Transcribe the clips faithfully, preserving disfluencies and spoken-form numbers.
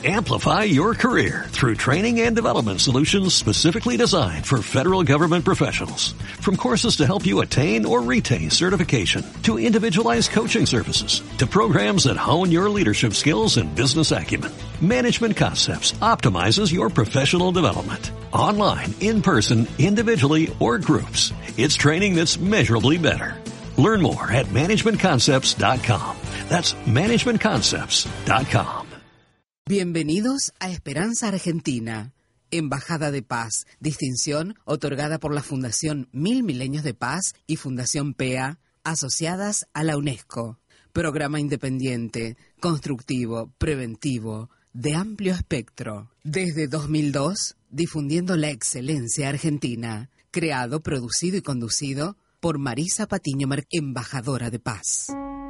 Amplify your career through training and development solutions specifically designed for federal government professionals. From courses to help you attain or retain certification, to individualized coaching services, to programs that hone your leadership skills and business acumen, Management Concepts optimizes your professional development. Online, in person, individually, or groups, it's training that's measurably better. Learn more at management concepts dot com. That's management concepts dot com. Bienvenidos a Esperanza Argentina, Embajada de Paz, distinción otorgada por la Fundación Mil Milenios de Paz y Fundación P E A, asociadas a la UNESCO. Programa independiente, constructivo, preventivo, de amplio espectro. Desde dos mil dos, difundiendo la excelencia argentina. Creado, producido y conducido por Marisa Patiño, embajadora de paz.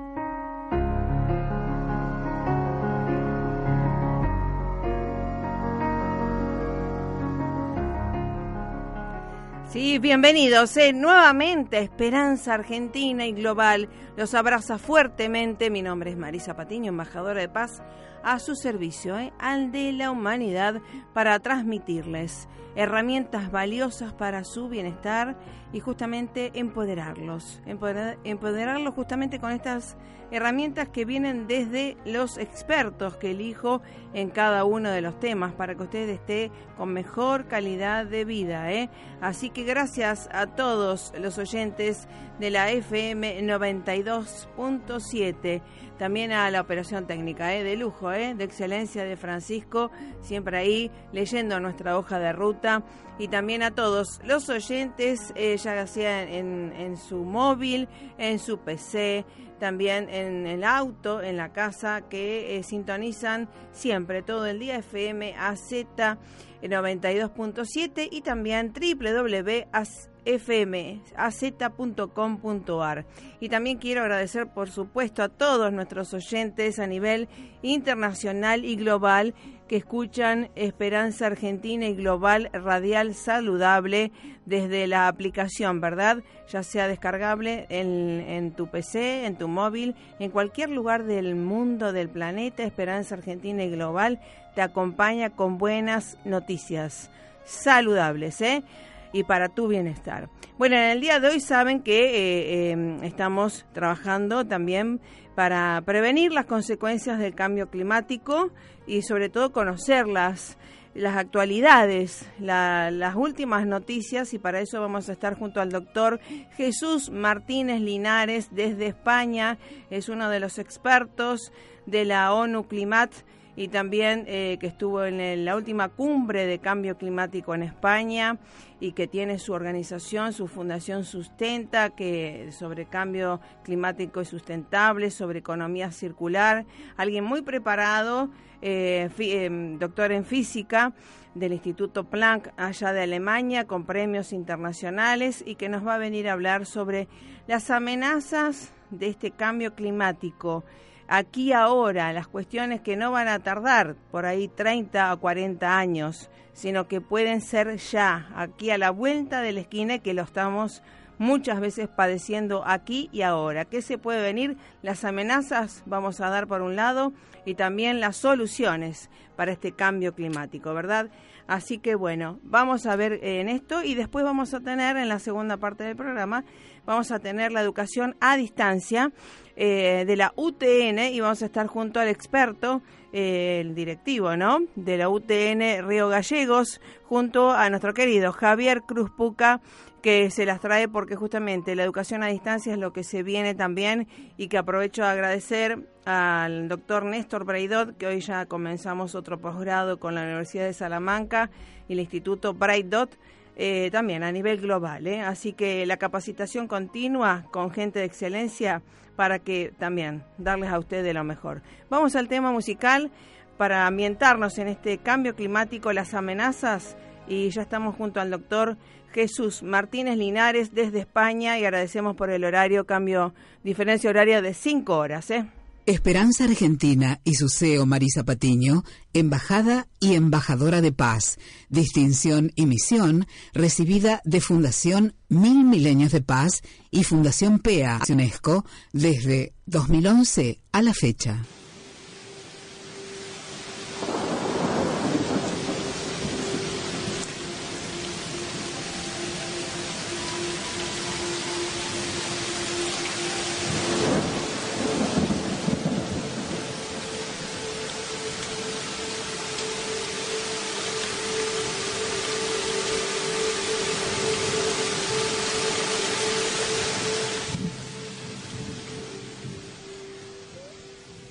Sí, bienvenidos eh, nuevamente a Esperanza Argentina y Global. Los abraza fuertemente. Mi nombre es Marisa Patiño, embajadora de paz, a su servicio, eh, al de la humanidad, para transmitirles herramientas valiosas para su bienestar y justamente empoderarlos. Empoderar, empoderarlos justamente con estas herramientas que vienen desde los expertos que elijo en cada uno de los temas para que usted esté con mejor calidad de vida, ¿eh? Así que gracias a todos los oyentes de la F M noventa y dos punto siete, también a la operación técnica, ¿eh? de lujo, ¿eh? de excelencia de Francisco, siempre ahí leyendo nuestra hoja de ruta, y también a todos los oyentes, eh, ya sea en, en su móvil, en su P C, también en el auto, en la casa, que eh, sintonizan siempre, todo el día, F M A Z noventa y dos punto siete y también doble u doble u doble u punto f m a z punto com punto a r. Y también quiero agradecer, por supuesto, a todos nuestros oyentes a nivel internacional y global que escuchan Esperanza Argentina y Global Radial Saludable desde la aplicación, ¿verdad? Ya sea descargable en, en tu P C, en tu móvil, en cualquier lugar del mundo, del planeta. Esperanza Argentina y Global te acompaña con buenas noticias saludables, ¿eh? y para tu bienestar. Bueno, en el día de hoy saben que eh, eh, estamos trabajando también para prevenir las consecuencias del cambio climático y sobre todo conocer las, las actualidades, la, las últimas noticias, y para eso vamos a estar junto al doctor Jesús Martínez Linares desde España. Es uno de los expertos de la ONU Climat y también eh, que estuvo en el, la última cumbre de cambio climático en España y que tiene su organización, su fundación Sustenta, que sobre cambio climático y sustentable, sobre economía circular. Alguien muy preparado, eh, fi, eh, doctor en física del Instituto Planck allá de Alemania, con premios internacionales, y que nos va a venir a hablar sobre las amenazas de este cambio climático. Aquí ahora, las cuestiones que no van a tardar por ahí treinta o cuarenta años, sino que pueden ser ya, aquí a la vuelta de la esquina, que lo estamos muchas veces padeciendo aquí y ahora. ¿Qué se puede venir? Las amenazas vamos a dar por un lado y también las soluciones para este cambio climático, ¿verdad? Así que bueno, vamos a ver en esto, y después vamos a tener en la segunda parte del programa, vamos a tener la educación a distancia eh, de la U T N, y vamos a estar junto al experto, eh, el directivo, ¿no?, de la U T N Río Gallegos, junto a nuestro querido Javier Cruz Puca, que se las trae porque justamente la educación a distancia es lo que se viene también, y que aprovecho a agradecer al doctor Néstor Braidot, que hoy ya comenzamos otro posgrado con la Universidad de Salamanca y el Instituto Braidot, eh, también a nivel global, ¿eh? Así que la capacitación continua con gente de excelencia para que también darles a ustedes lo mejor. Vamos al tema musical para ambientarnos en este cambio climático, las amenazas, y ya estamos junto al doctor Jesús Martínez Linares desde España, y agradecemos por el horario, cambio, diferencia horaria de cinco horas, ¿eh? Esperanza Argentina y su C E O Marisa Patiño, embajada y embajadora de paz, distinción y misión recibida de Fundación Mil Milenios de Paz y Fundación P E A UNESCO desde dos mil once a la fecha.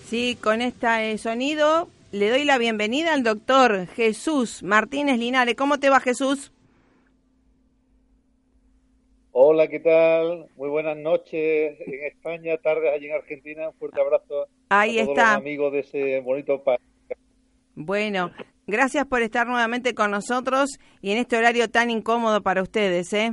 Sí, con este sonido le doy la bienvenida al doctor Jesús Martínez Linares. ¿Cómo te va, Jesús? Hola, ¿qué tal? Muy buenas noches en España, tardes allí en Argentina. Un fuerte abrazo Ahí a todos está. los amigos de ese bonito país. Bueno, gracias por estar nuevamente con nosotros y en este horario tan incómodo para ustedes, ¿eh?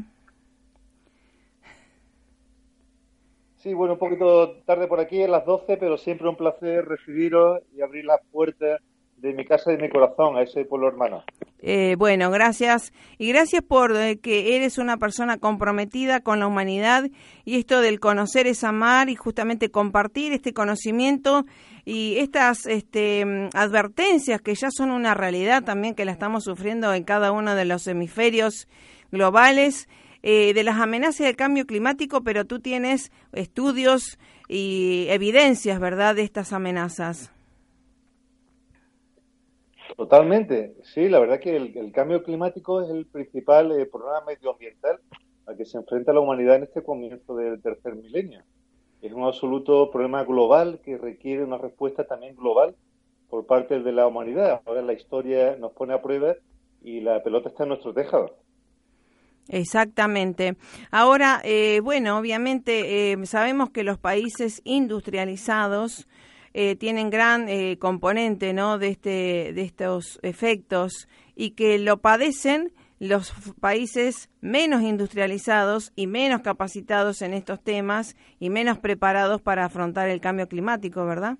Sí, bueno, un poquito tarde por aquí, a las doce, pero siempre un placer recibiros y abrir las puertas de mi casa y de mi corazón a ese pueblo hermano. Eh, bueno, gracias. Y gracias por eh, que eres una persona comprometida con la humanidad, y esto del conocer es amar y justamente compartir este conocimiento y estas este, advertencias que ya son una realidad también, que la estamos sufriendo en cada uno de los hemisferios globales, eh, de las amenazas del cambio climático, pero tú tienes estudios y evidencias, ¿verdad?, de estas amenazas. Totalmente, sí, la verdad que el, el cambio climático es el principal eh, problema medioambiental al que se enfrenta la humanidad en este comienzo del tercer milenio. Es un absoluto problema global que requiere una respuesta también global por parte de la humanidad. Ahora la historia nos pone a prueba y la pelota está en nuestro tejado. Exactamente. Ahora, eh, bueno, obviamente eh, sabemos que los países industrializados Eh, tienen gran eh, componente, ¿no?, de este de estos efectos, y que lo padecen los países menos industrializados y menos capacitados en estos temas y menos preparados para afrontar el cambio climático, ¿verdad?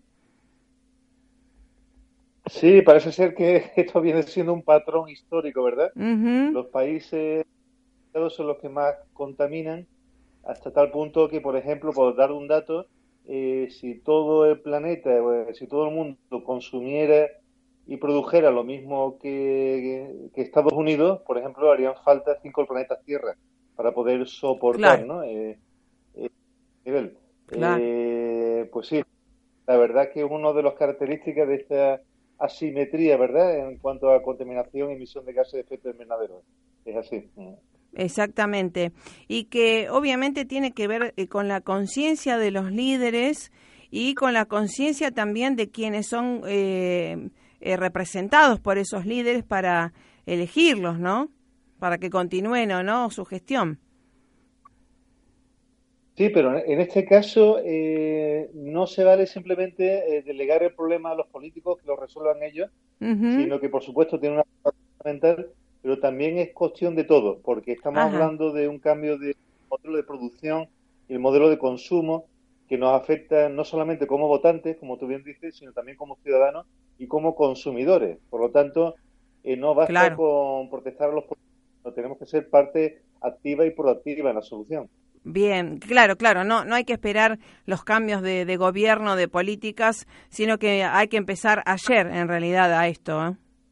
Sí, parece ser que esto viene siendo un patrón histórico, ¿verdad? Uh-huh. Los países son los que más contaminan, hasta tal punto que, por ejemplo, por dar un dato, Eh, si todo el planeta, eh, si todo el mundo consumiera y produjera lo mismo que, que Estados Unidos, por ejemplo, harían falta cinco planetas Tierra para poder soportar, Claro. ¿no? Eh, eh, nivel. Claro. Eh, pues sí, la verdad que es una de las características de esta asimetría, ¿verdad?, en cuanto a contaminación y emisión de gases de efecto invernadero. Es así. Exactamente, y que obviamente tiene que ver eh, con la conciencia de los líderes y con la conciencia también de quienes son eh, eh, representados por esos líderes para elegirlos, ¿no? Para que continúen o no su gestión. Sí, pero en este caso eh, no se vale simplemente eh, delegar el problema a los políticos, que lo resuelvan ellos, uh-huh. sino que por supuesto tiene una parte fundamental, pero también es cuestión de todo, porque estamos Ajá. hablando de un cambio de modelo de producción y el modelo de consumo que nos afecta no solamente como votantes, como tú bien dices, sino también como ciudadanos y como consumidores. Por lo tanto, eh, no basta claro. con protestar a los políticos, tenemos que ser parte activa y proactiva en la solución. Bien, claro, claro, no no hay que esperar los cambios de, de gobierno, de políticas, sino que hay que empezar ayer, en realidad, a esto, ¿eh?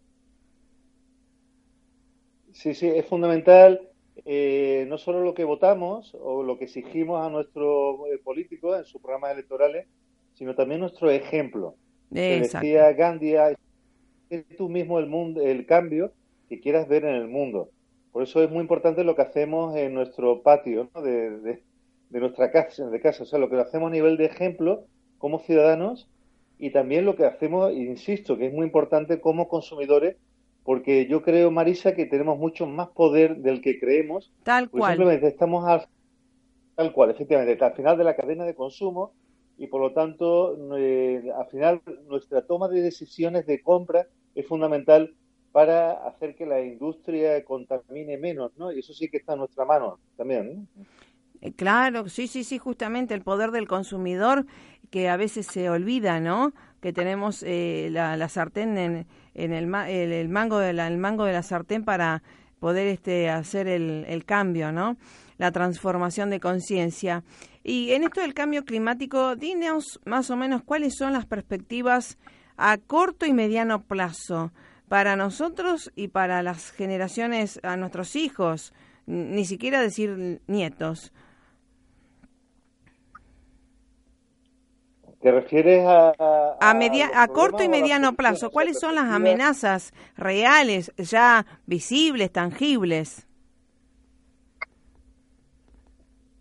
Sí, sí, es fundamental eh, no solo lo que votamos o lo que exigimos a nuestros eh, políticos en sus programas electorales, sino también nuestro ejemplo. Que decía Gandhi, es tú mismo el mundo, el cambio que quieras ver en el mundo. Por eso es muy importante lo que hacemos en nuestro patio, ¿no?, de, de, de nuestra casa, de casa, o sea, lo que hacemos a nivel de ejemplo como ciudadanos y también lo que hacemos, insisto, que es muy importante como consumidores, porque yo creo, Marisa, que tenemos mucho más poder del que creemos. Tal cual. Simplemente estamos al, tal cual, efectivamente, al final de la cadena de consumo y, por lo tanto, eh, al final nuestra toma de decisiones de compra es fundamental para hacer que la industria contamine menos, ¿no? Y eso sí que está en nuestra mano también, ¿no? Eh, claro, sí, sí, sí, justamente el poder del consumidor, que a veces se olvida, ¿no?, que tenemos eh, la, la sartén en, en el, el, el mango de la el mango de la sartén para poder este hacer el, el cambio, ¿no?, la transformación de conciencia. Y en esto del cambio climático, dinos más o menos cuáles son las perspectivas a corto y mediano plazo para nosotros y para las generaciones, a nuestros hijos, ni siquiera decir nietos. ¿Te refieres a a, a, media, a corto y mediano plazo? ¿Cuáles son las amenazas reales, ya visibles, tangibles?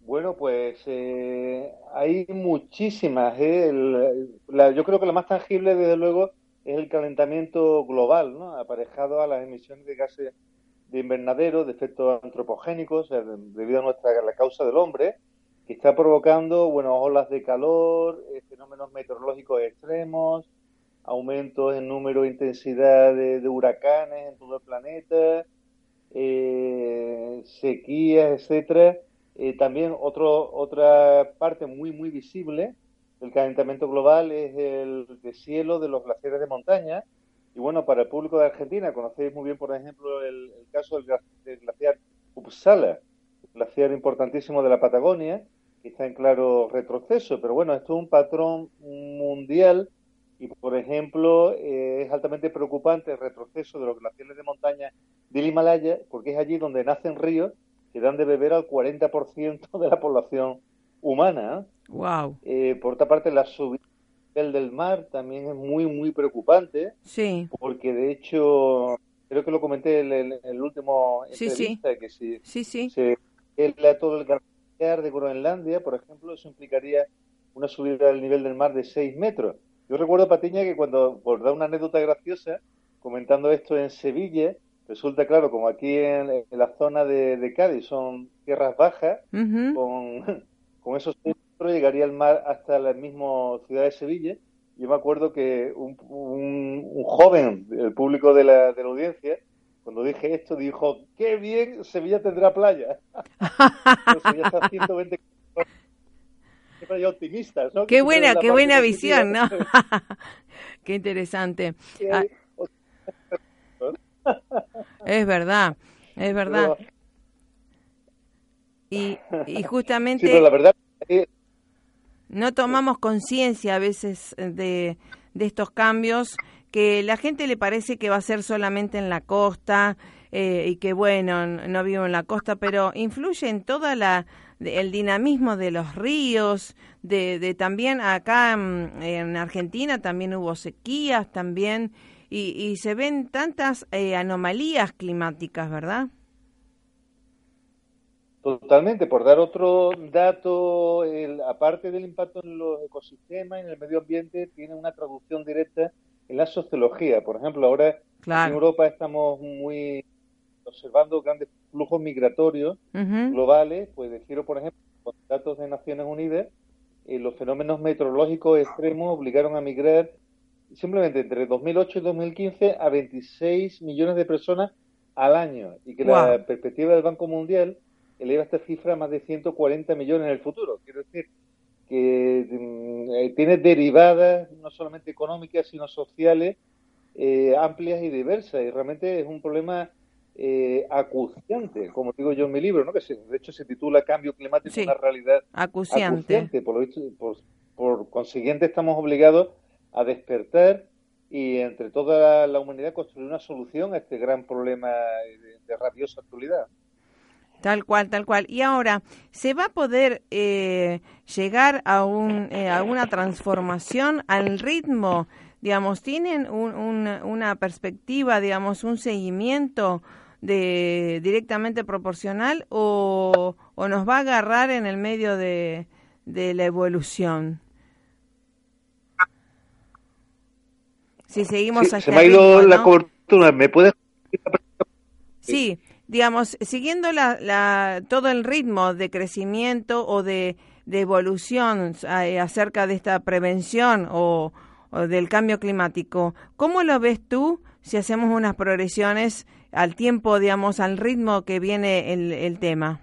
Bueno, pues eh, hay muchísimas. ¿eh? El, la, yo creo que la más tangible, desde luego, es el calentamiento global, ¿no? Aparejado a las emisiones de gases de invernadero, de efectos antropogénicos, o sea, debido a nuestra a la causa del hombre, que está provocando, bueno, olas de calor, eh, fenómenos meteorológicos extremos, aumentos en número e intensidad de, de huracanes en todo el planeta, eh, sequías, etcétera. Eh, también otro, otra parte muy, muy visible del calentamiento global es el deshielo de los glaciares de montaña. Y bueno, para el público de Argentina, conocéis muy bien, por ejemplo, el, el caso del, del glaciar Uppsala, glaciar importantísimo de la Patagonia, que está en claro retroceso. Pero bueno, esto es un patrón mundial y, por ejemplo, eh, es altamente preocupante el retroceso de los glaciares de montaña del Himalaya, porque es allí donde nacen ríos que dan de beber al cuarenta por ciento de la población humana. Wow. Eh, por otra parte, la subida del mar también es muy, muy preocupante. Sí. Porque, de hecho, creo que lo comenté en el, el último sí, entrevista, sí. que si sí, sí. se helada todo el glaciar de Groenlandia, por ejemplo, eso implicaría una subida del nivel del mar de seis metros. Yo recuerdo, Patiña, que cuando, por dar una anécdota graciosa, comentando esto en Sevilla, resulta claro, como aquí en, en la zona de, de Cádiz son tierras bajas, uh-huh. con, con esos metros llegaría el mar hasta la misma ciudad de Sevilla. Yo me acuerdo que un, un, un joven, el público de la, de la audiencia, cuando dije esto, dijo, ¡qué bien! Sevilla tendrá playa. Pero Sevilla está a ciento veinte kilómetros. Playa optimistas, ¿no? Qué buena, qué buena visión, ¿no? Qué interesante. Ah, es verdad, es verdad. Y, y justamente... Sí, pero la verdad es... no tomamos conciencia a veces de, de estos cambios, que la gente le parece que va a ser solamente en la costa eh, y que bueno, no vivo en la costa, pero influye en toda la el dinamismo de los ríos, de, de también acá en, en Argentina también hubo sequías también y, y se ven tantas eh, anomalías climáticas, ¿verdad? Totalmente. Por dar otro dato, el, aparte del impacto en los ecosistemas, en el medio ambiente, tiene una traducción directa en la sociología. Por ejemplo, ahora claro. en Europa estamos muy observando grandes flujos migratorios uh-huh. globales. Pues deciros, por ejemplo, con datos de Naciones Unidas, eh, los fenómenos meteorológicos extremos obligaron a migrar simplemente entre dos mil ocho y dos mil quince a veintiséis millones de personas al año, y que wow. la perspectiva del Banco Mundial eleva esta cifra a más de ciento cuarenta millones en el futuro. Quiero decir que eh, tiene derivadas no solamente económicas, sino sociales, eh, amplias y diversas, y realmente es un problema eh, acuciante, como digo yo en mi libro, ¿no? Que se, de hecho se titula Cambio Climático, sí. una realidad acuciante. acuciante. Por, lo visto, por, por consiguiente, estamos obligados a despertar y entre toda la humanidad construir una solución a este gran problema de, de rabiosa actualidad. Tal cual, tal cual. Y ahora, ¿se va a poder eh, llegar a, un, eh, a una transformación al ritmo? Digamos, ¿tienen un, un, una perspectiva, digamos, un seguimiento de directamente proporcional o, o nos va a agarrar en el medio de, de la evolución? Si seguimos sí, a este se me ha ido ritmo, la ¿no? cobertura. ¿Me puedes...? Sí. Digamos, siguiendo la, la, todo el ritmo de crecimiento o de, de evolución eh, acerca de esta prevención o, o del cambio climático, ¿cómo lo ves tú si hacemos unas progresiones al tiempo, digamos, al ritmo que viene el, el tema?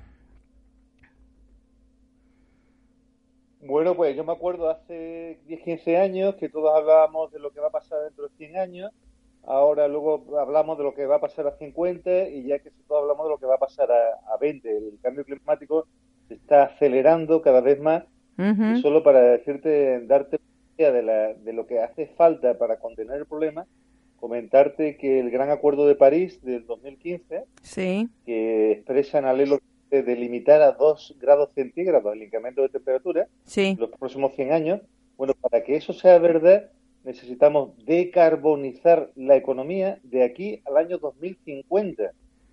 Bueno, pues yo me acuerdo hace diez, quince años que todos hablábamos de lo que va a pasar dentro de cien años. Ahora luego hablamos de lo que va a pasar a cincuenta y ya que todos hablamos de lo que va a pasar a, a veinte. El cambio climático se está acelerando cada vez más. Uh-huh. Y solo para decirte, darte idea de, la, de lo que hace falta para contener el problema, comentarte que el Gran Acuerdo de París del dos mil quince, sí. que expresa en alelo de limitar a dos grados centígrados el incremento de temperatura sí. en los próximos cien años, bueno, para que eso sea verdad, necesitamos decarbonizar la economía de aquí al año dos mil cincuenta.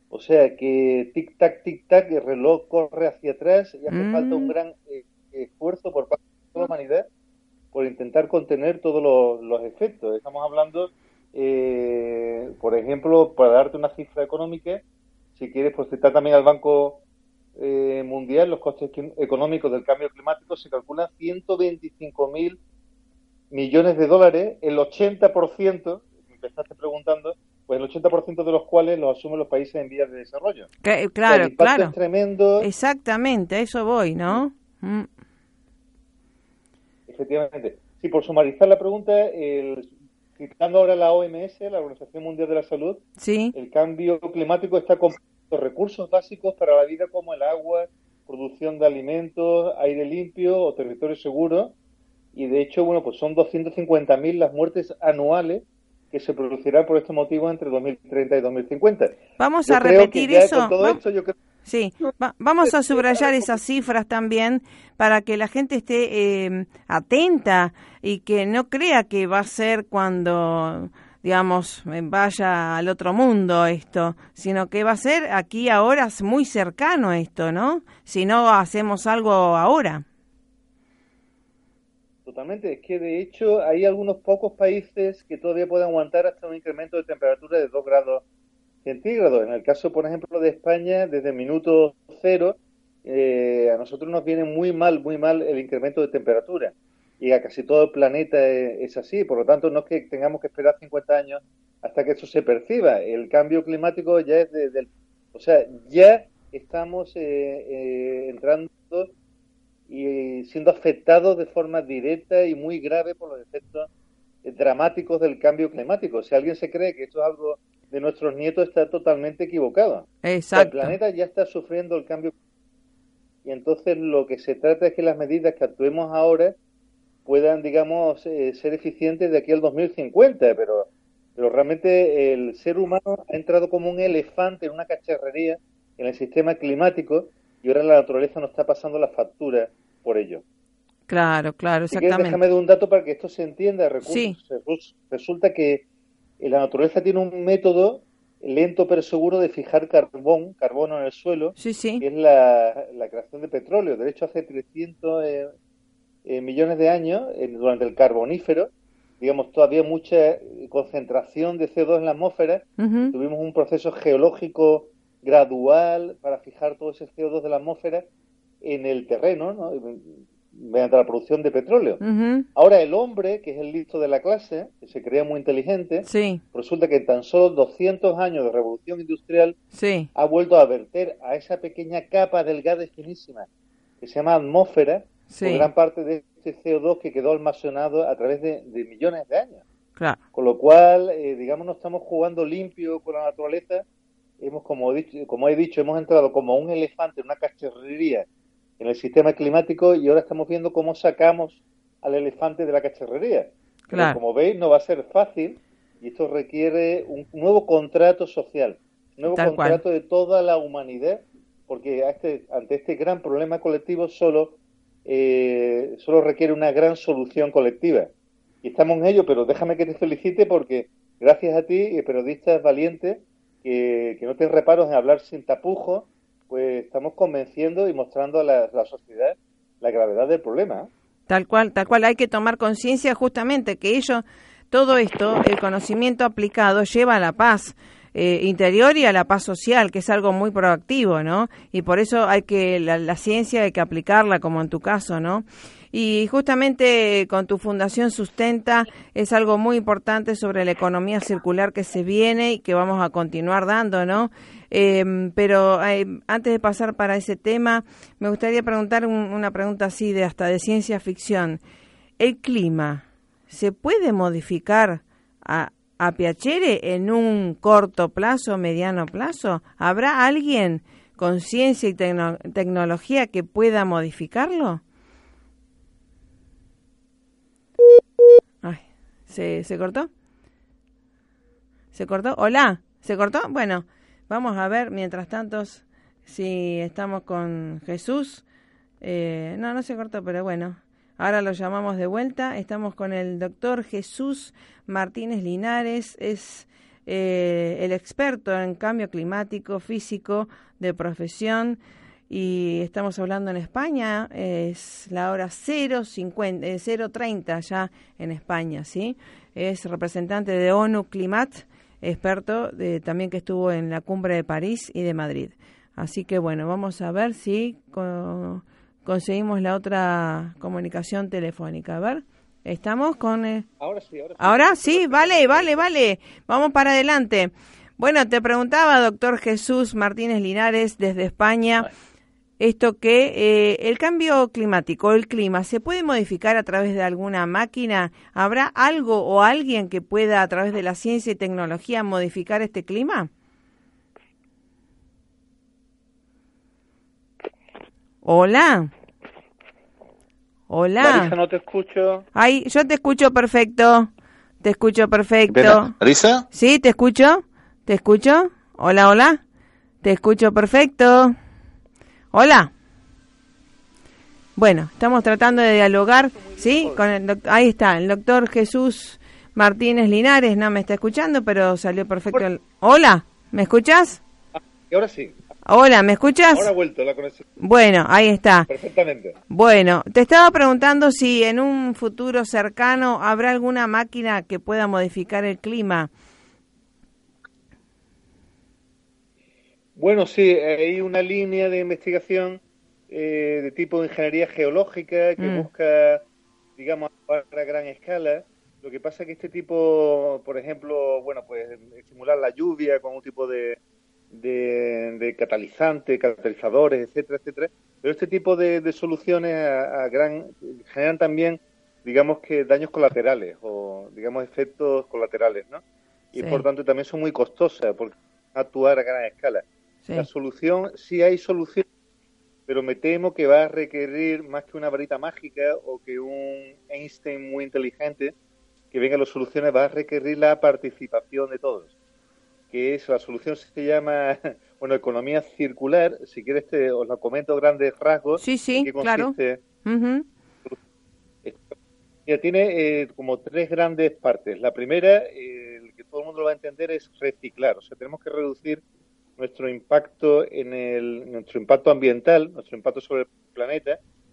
O sea que tic-tac, tic-tac, el reloj corre hacia atrás y hace mm. falta un gran eh, esfuerzo por parte de toda la humanidad por intentar contener todos los, los efectos. Estamos hablando, eh, por ejemplo, para darte una cifra económica, si quieres, pues citar también al Banco eh, Mundial, los costes económicos del cambio climático se calculan ciento veinticinco mil millones de dólares, el ochenta por ciento, me empezaste preguntando, pues el ochenta por ciento de los cuales los asumen los países en vías de desarrollo. Que, claro, o sea, el impacto claro. es tremendo. Exactamente, a eso voy, ¿no? Mm. Efectivamente. Sí, por sumarizar la pregunta, el, citando ahora la O M S, la Organización Mundial de la Salud, sí. el cambio climático está compuesto por recursos básicos para la vida como el agua, producción de alimentos, aire limpio o territorio seguro, y de hecho, bueno, pues son doscientas cincuenta mil las muertes anuales que se producirán por este motivo entre dos mil treinta y dos mil cincuenta. Vamos yo a repetir eso. Con todo Va- esto, yo creo... Sí, Va- vamos a subrayar esas cifras también para que la gente esté eh, atenta y que no crea que va a ser cuando, digamos, vaya al otro mundo esto, sino que va a ser aquí ahora muy cercano esto, ¿no? Si no hacemos algo ahora. Totalmente, es que de hecho hay algunos pocos países que todavía pueden aguantar hasta un incremento de temperatura de dos grados centígrados. En el caso, por ejemplo, de España, desde el minuto cero, eh, a nosotros nos viene muy mal, muy mal el incremento de temperatura. Y a casi todo el planeta es, es así. Por lo tanto, no es que tengamos que esperar cincuenta años hasta que eso se perciba. El cambio climático ya es desde el... O sea, ya estamos eh, eh, entrando y siendo afectados de forma directa y muy grave por los efectos eh, dramáticos del cambio climático. Si alguien se cree que esto es algo de nuestros nietos, está totalmente equivocado. Exacto. El planeta ya está sufriendo el cambio y entonces lo que se trata es que las medidas que actuemos ahora puedan, digamos, eh, ser eficientes de aquí al dos mil cincuenta, pero, pero realmente el ser humano ha entrado como un elefante en una cacharrería en el sistema climático y ahora la naturaleza nos está pasando la factura por ello. Claro, claro, exactamente. Si quieres, déjame de un dato para que esto se entienda. Recursos, sí. Resulta que la naturaleza tiene un método lento pero seguro de fijar carbón, carbono en el suelo, sí, sí. que es la, la creación de petróleo. De hecho, hace trescientos eh, eh, millones de años, eh, durante el Carbonífero, digamos, todavía mucha concentración de C O dos en la atmósfera. Uh-huh. Tuvimos un proceso geológico gradual para fijar todo ese C O dos de la atmósfera en el terreno, ¿no? Mediante la producción de petróleo. Uh-huh. Ahora el hombre, que es el listo de la clase, que se cree muy inteligente, sí. resulta que en tan solo doscientos años de revolución industrial sí. ha vuelto a verter a esa pequeña capa delgada y finísima que se llama atmósfera, sí. con gran parte de este C O dos que quedó almacenado a través de, de millones de años. Claro. Con lo cual, eh, digamos, no estamos jugando limpio con la naturaleza. Hemos, como, dicho, como he dicho, hemos entrado como un elefante en una cacharrería en el sistema climático y ahora estamos viendo cómo sacamos al elefante de la cacharrería. Claro. Pero como veis, no va a ser fácil y esto requiere un nuevo contrato social, un nuevo Tal contrato cual. de toda la humanidad, porque a este, ante este gran problema colectivo solo, eh, solo requiere una gran solución colectiva. Y estamos en ello, pero déjame que te felicite porque gracias a ti, periodistas valientes, que, que no te reparos en hablar sin tapujos, pues estamos convenciendo y mostrando a la, la sociedad la gravedad del problema. Tal cual, tal cual. Hay que tomar conciencia justamente que ello, todo esto, el conocimiento aplicado lleva a la paz eh, interior y a la paz social, que es algo muy proactivo, ¿no? Y por eso hay que, la, la ciencia hay que aplicarla, como en tu caso, ¿no? Y justamente con tu fundación Sustenta es algo muy importante sobre la economía circular que se viene y que vamos a continuar dando, ¿no? Eh, pero eh, antes de pasar para ese tema, me gustaría preguntar un, una pregunta así de hasta de ciencia ficción. ¿El clima se puede modificar a, a piacere en un corto plazo, mediano plazo? ¿Habrá alguien con ciencia y tecno, tecnología que pueda modificarlo? Ay, ¿se, ¿se cortó? ¿Se cortó? ¿Hola? ¿Se cortó? Bueno, vamos a ver, mientras tanto, si estamos con Jesús. Eh, no, no se cortó, pero bueno, ahora lo llamamos de vuelta. Estamos con el doctor Jesús Martínez Linares, es eh, el experto en cambio climático, físico, de profesión, y estamos hablando en España, es la hora cero cincuenta, eh, cero treinta ya en España, ¿sí? Es representante de ONU Climat, experto de, también que estuvo en la cumbre de París y de Madrid. Así que bueno, vamos a ver si con, conseguimos la otra comunicación telefónica. A ver, estamos con... Eh... Ahora sí, ahora sí. Ahora sí, vale, vale, vale. Vamos para adelante. Bueno, te preguntaba, doctor Jesús Martínez Linares, desde España, Ay. esto que eh, el cambio climático, el clima, ¿se puede modificar a través de alguna máquina? ¿Habrá algo o alguien que pueda, a través de la ciencia y tecnología, modificar este clima? Hola. Hola. Marisa, no te escucho. Ay, yo te escucho perfecto. Te escucho perfecto. ¿Ven, Marisa? Sí, te escucho. ¿Te escucho? Hola, hola. Te escucho perfecto. Hola. Bueno, estamos tratando de dialogar, ¿sí? Con el doc- ahí está, el doctor Jesús Martínez Linares. No me está escuchando, pero salió perfecto. El... Hola, ¿me escuchas? Ah, y ahora sí. Hola, ¿me escuchas? Ahora ha vuelto la conexión. Bueno, ahí está. Perfectamente. Bueno, te estaba preguntando si en un futuro cercano habrá alguna máquina que pueda modificar el clima. Bueno, sí, hay una línea de investigación eh, de tipo de ingeniería geológica que mm. busca, digamos, a gran escala. Lo que pasa es que este tipo, por ejemplo, bueno, pues estimular la lluvia con un tipo de De, de catalizantes, catalizadores, etcétera, etcétera. Pero este tipo de, de soluciones a, a gran generan también, digamos que daños colaterales o, digamos, efectos colaterales, ¿no? Y sí. Por tanto también son muy costosas porque actuar a gran escala. Sí. La solución, sí hay solución, pero me temo que va a requerir más que una varita mágica o que un Einstein muy inteligente que venga a las soluciones, va a requerir la participación de todos. Que es, la solución se llama, bueno, economía circular. Si quieres te, os lo comento a grandes rasgos. Sí, sí, qué claro. Uh-huh. Mira, tiene eh, como tres grandes partes. La primera, eh, que todo el mundo lo va a entender, es reciclar. O sea, tenemos que reducir nuestro impacto en el, nuestro impacto ambiental, nuestro impacto sobre el planeta,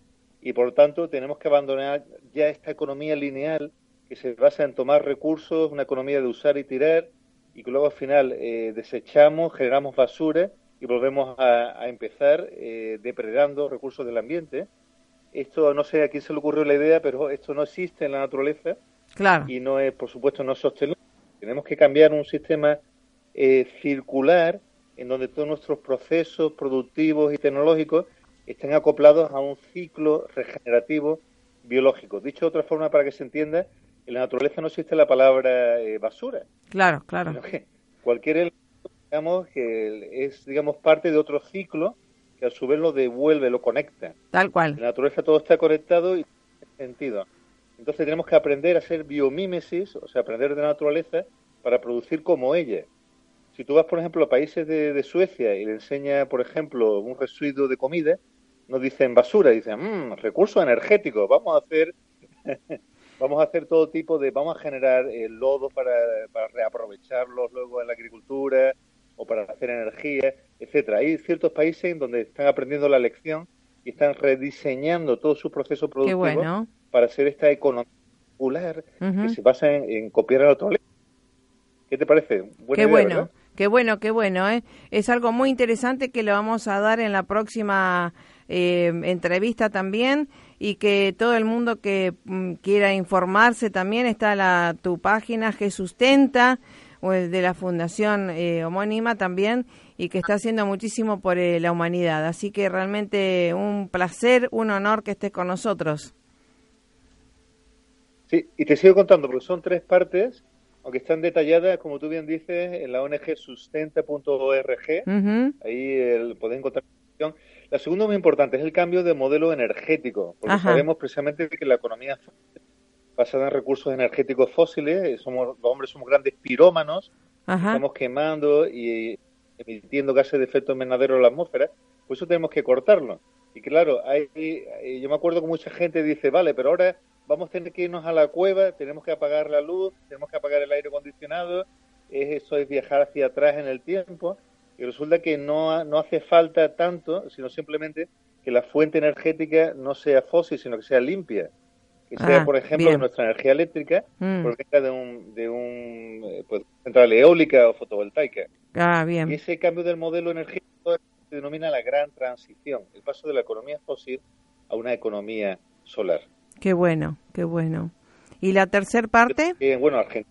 y por lo tanto tenemos que abandonar ya esta economía lineal que se basa en tomar recursos, una economía de usar y tirar, y que luego al final eh, desechamos, generamos basura y volvemos a, a empezar eh, depredando recursos del ambiente. Esto, no sé a quién se le ocurrió la idea, pero esto no existe en la naturaleza. Claro. Y no es, por supuesto, no es sostenible. Tenemos que cambiar un sistema eh, circular en donde todos nuestros procesos productivos y tecnológicos estén acoplados a un ciclo regenerativo biológico. Dicho de otra forma, para que se entienda, en la naturaleza no existe la palabra eh, basura. Claro, claro. Sino que cualquier elemento, digamos, que es, digamos, parte de otro ciclo que a su vez lo devuelve, lo conecta. Tal cual. En la naturaleza todo está conectado y tiene sentido. Entonces tenemos que aprender a hacer biomímesis, o sea, aprender de la naturaleza para producir como ella. Si tú vas, por ejemplo, a países de, de Suecia y le enseñas, por ejemplo, un residuo de comida, no dicen basura, dicen mmm, recursos energéticos, vamos a hacer... Vamos a hacer todo tipo de... Vamos a generar eh, lodo para, para reaprovecharlos luego en la agricultura o para hacer energía, etcétera. Hay ciertos países en donde están aprendiendo la lección y están rediseñando todo su proceso productivo bueno. para hacer esta economía circular uh-huh. que se basa en, en copiar a la naturaleza. ¿Qué te parece? Buena qué idea, bueno, ¿verdad? Qué bueno, qué bueno. ¿eh? Es algo muy interesante que le vamos a dar en la próxima eh, entrevista también, y que todo el mundo que mm, quiera informarse también, está la tu página Jesustenta, o el de la fundación eh, homónima también, y que está haciendo muchísimo por eh, la humanidad. Así que realmente un placer, un honor que estés con nosotros. Sí, y te sigo contando, porque son tres partes, aunque están detalladas, como tú bien dices, en la O N G sustenta punto org. Uh-huh. Ahí el, podéis encontrar información. La segunda, muy importante, es el cambio de modelo energético, porque Ajá. sabemos precisamente que la economía basada en recursos energéticos fósiles, somos los hombres somos grandes pirómanos, Ajá. estamos quemando y emitiendo gases de efecto invernadero en la atmósfera, por eso tenemos que cortarlo. Y claro, hay, yo me acuerdo que mucha gente dice, vale, pero ahora vamos a tener que irnos a la cueva, tenemos que apagar la luz, tenemos que apagar el aire acondicionado, es eso, es viajar hacia atrás en el tiempo, y resulta que no, no hace falta tanto, sino simplemente que la fuente energética no sea fósil, sino que sea limpia. Que sea, ah, por ejemplo, que nuestra energía eléctrica mm. provenga de un, de un pues, central eólica o fotovoltaica. Ah, bien. Y ese cambio del modelo energético se denomina la gran transición, el paso de la economía fósil a una economía solar. Qué bueno, qué bueno. ¿Y la tercera parte? Eh, bueno, Argentina.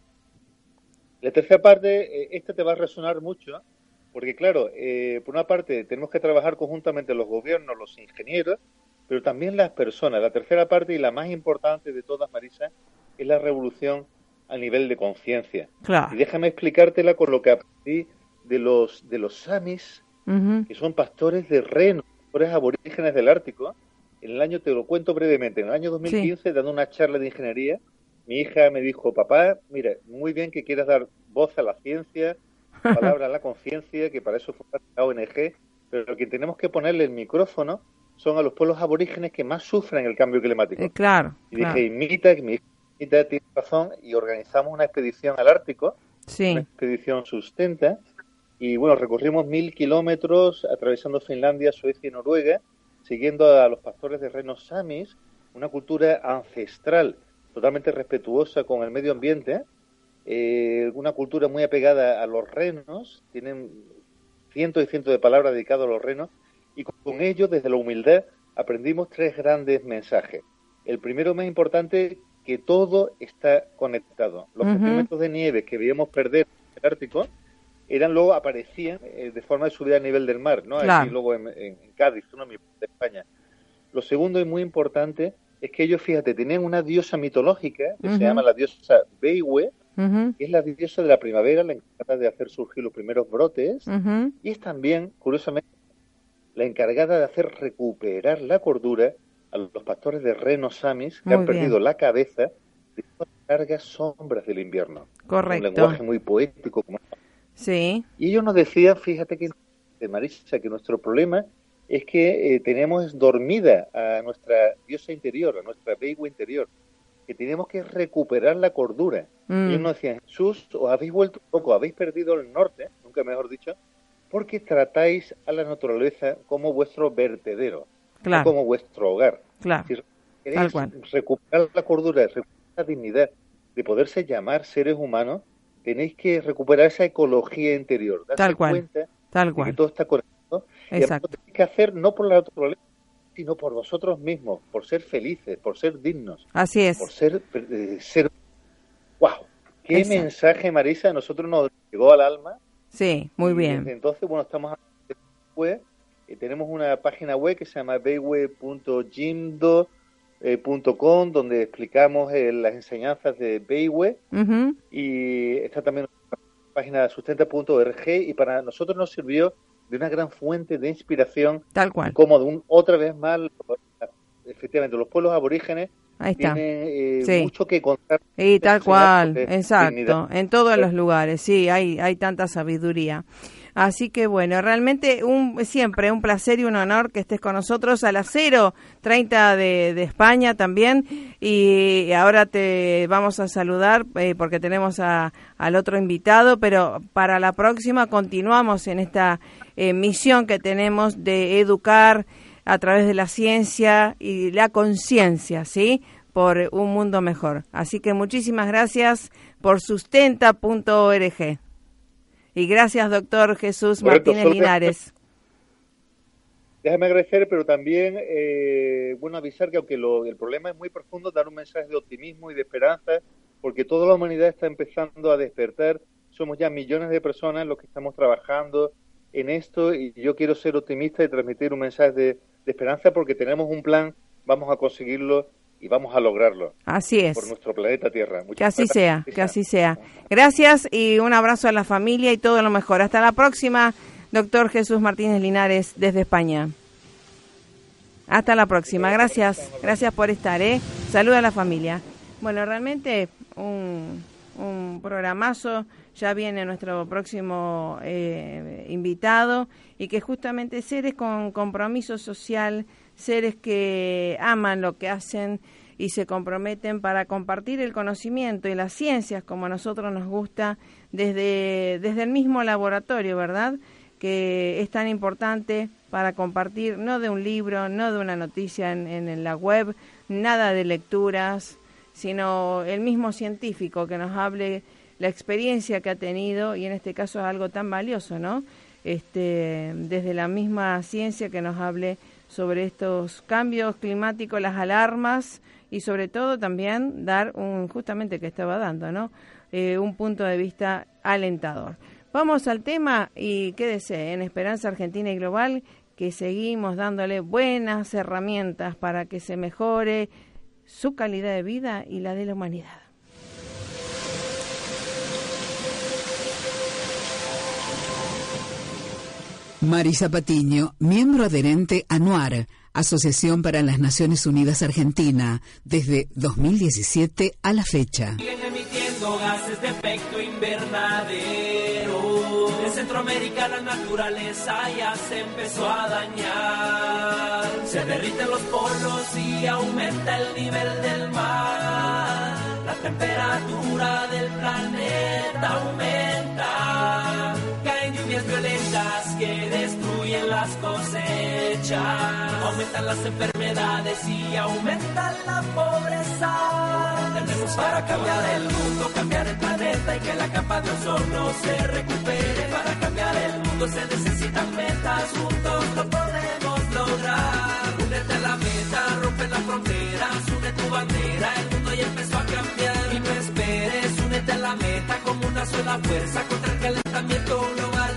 La tercera parte, eh, esta te va a resonar mucho, porque claro, eh, por una parte tenemos que trabajar conjuntamente los gobiernos, los ingenieros, pero también las personas. La tercera parte y la más importante de todas, Marisa, es la revolución a nivel de conciencia. Claro. Y déjame explicártela con lo que aprendí de los de los samis, uh-huh. que son pastores de reno, pastores aborígenes del Ártico. En el año, te lo cuento brevemente, en el año dos mil quince, sí. dando una charla de ingeniería, mi hija me dijo, papá, mira, muy bien que quieras dar voz a la ciencia, palabra a la conciencia, que para eso fue la O N G, pero lo que tenemos que ponerle el micrófono son a los pueblos aborígenes que más sufren el cambio climático. Eh, claro. Y dije, claro. imita, mi hija imita, tiene razón, y organizamos una expedición al Ártico, sí. una expedición sustenta, y bueno, recorrimos mil kilómetros atravesando Finlandia, Suecia y Noruega, siguiendo a los pastores de renos samis, una cultura ancestral, totalmente respetuosa con el medio ambiente, eh, una cultura muy apegada a los renos, tienen cientos y cientos de palabras dedicadas a los renos, y con ello, desde la humildad, aprendimos tres grandes mensajes. El primero, más importante, que todo está conectado. Los uh-huh. centímetros de nieve que veíamos perder en el Ártico, eran luego aparecían eh, de forma de subida a nivel del mar, ¿no? Claro. Aquí luego en, en, en Cádiz, ¿no? En España. Lo segundo y muy importante es que ellos, fíjate, tenían una diosa mitológica que uh-huh. se llama la diosa Beihue, uh-huh. que es la diosa de la primavera, la encargada de hacer surgir los primeros brotes, uh-huh. y es también, curiosamente, la encargada de hacer recuperar la cordura a los pastores de renos samis que muy han bien. perdido la cabeza de las largas sombras del invierno. Correcto. Un lenguaje muy poético. Como... Sí. Y ellos nos decían, fíjate que, Marisa, que nuestro problema es que eh, tenemos dormida a nuestra diosa interior, a nuestra Beihue interior, que tenemos que recuperar la cordura. Mm. Ellos nos decían, Jesús, os habéis vuelto loco, habéis perdido el norte, nunca mejor dicho, porque tratáis a la naturaleza como vuestro vertedero, claro. no como vuestro hogar. Claro. Si queréis recuperar la cordura, recuperar la dignidad de poderse llamar seres humanos, tenéis que recuperar esa ecología interior. Darse Tal cual. cuenta Tal de cual. que todo está conectado. Exacto. Y lo tenéis que hacer no por la naturaleza, sino por vosotros mismos, por ser felices, por ser dignos. Así es. Por ser... Eh, ser... ¡Wow! ¡Qué Exacto. mensaje, Marisa! A nosotros nos llegó al alma. Sí, muy bien. Desde entonces, bueno, estamos web, eh, tenemos una página web que se llama beihue punto jimdo punto com, donde explicamos eh, las enseñanzas de Beihue, uh-huh. y está también la página sustenta punto org, y para nosotros nos sirvió de una gran fuente de inspiración. Tal cual. Como de un, otra vez más, efectivamente, los pueblos aborígenes Ahí está. tienen eh, sí. mucho que contar. Y tal cual, exacto, dignidad. En todos los lugares, sí, hay hay tanta sabiduría. Así que bueno, realmente un siempre un placer y un honor que estés con nosotros a las cero treinta de, de España también, y ahora te vamos a saludar eh, porque tenemos a, al otro invitado, pero para la próxima continuamos en esta eh, misión que tenemos de educar a través de la ciencia y la conciencia, ¿sí?, por un mundo mejor. Así que muchísimas gracias por sustenta punto org. Y gracias, doctor Jesús Correcto, Martínez Linares. Déjame agradecer, pero también, eh, bueno, avisar que aunque lo, el problema es muy profundo, dar un mensaje de optimismo y de esperanza, porque toda la humanidad está empezando a despertar. Somos ya millones de personas los que estamos trabajando en esto, y yo quiero ser optimista y transmitir un mensaje de, de esperanza, porque tenemos un plan, vamos a conseguirlo y vamos a lograrlo. Así es. Por nuestro planeta Tierra. Muchas que así gracias. sea, que así sea. Gracias y un abrazo a la familia y todo lo mejor. Hasta la próxima, doctor Jesús Martínez Linares, desde España. Hasta la próxima. Gracias. Gracias por estar, ¿eh? Saluda a la familia. Bueno, realmente un, un programazo. Ya viene nuestro próximo eh, invitado, y que justamente seres con compromiso social, seres que aman lo que hacen y se comprometen para compartir el conocimiento y las ciencias, como a nosotros nos gusta, desde, desde el mismo laboratorio, ¿verdad?, que es tan importante para compartir, no de un libro, no de una noticia en, en la web, nada de lecturas, sino el mismo científico que nos hable la experiencia que ha tenido, y en este caso es algo tan valioso, ¿no? Este, desde la misma ciencia que nos hable sobre estos cambios climáticos, las alarmas, y sobre todo también dar un, justamente que estaba dando, ¿no? Eh, un punto de vista alentador. Vamos al tema y quédese en Esperanza Argentina y Global, que seguimos dándole buenas herramientas para que se mejore su calidad de vida y la de la humanidad. Marisa Patiño, miembro adherente a NUAR, Asociación para las Naciones Unidas Argentina, desde dos mil diecisiete a la fecha. Siguen emitiendo gases de efecto invernadero. En Centroamérica la naturaleza ya se empezó a dañar. Se derriten los polos y aumenta el nivel del mar. La temperatura del planeta aumenta. Caen lluvias violentas que destruyen las cosechas. Aumentan las enfermedades y aumenta la pobreza. Tenemos para cambiar el mundo, cambiar el planeta y que la capa de ozono se recupere. Para cambiar el mundo se necesitan metas, juntos lo podemos lograr. Únete a la meta, rompe las fronteras, une tu bandera, el mundo ya empezó a cambiar. Y no esperes, únete a la meta como una sola fuerza contra el calentamiento global.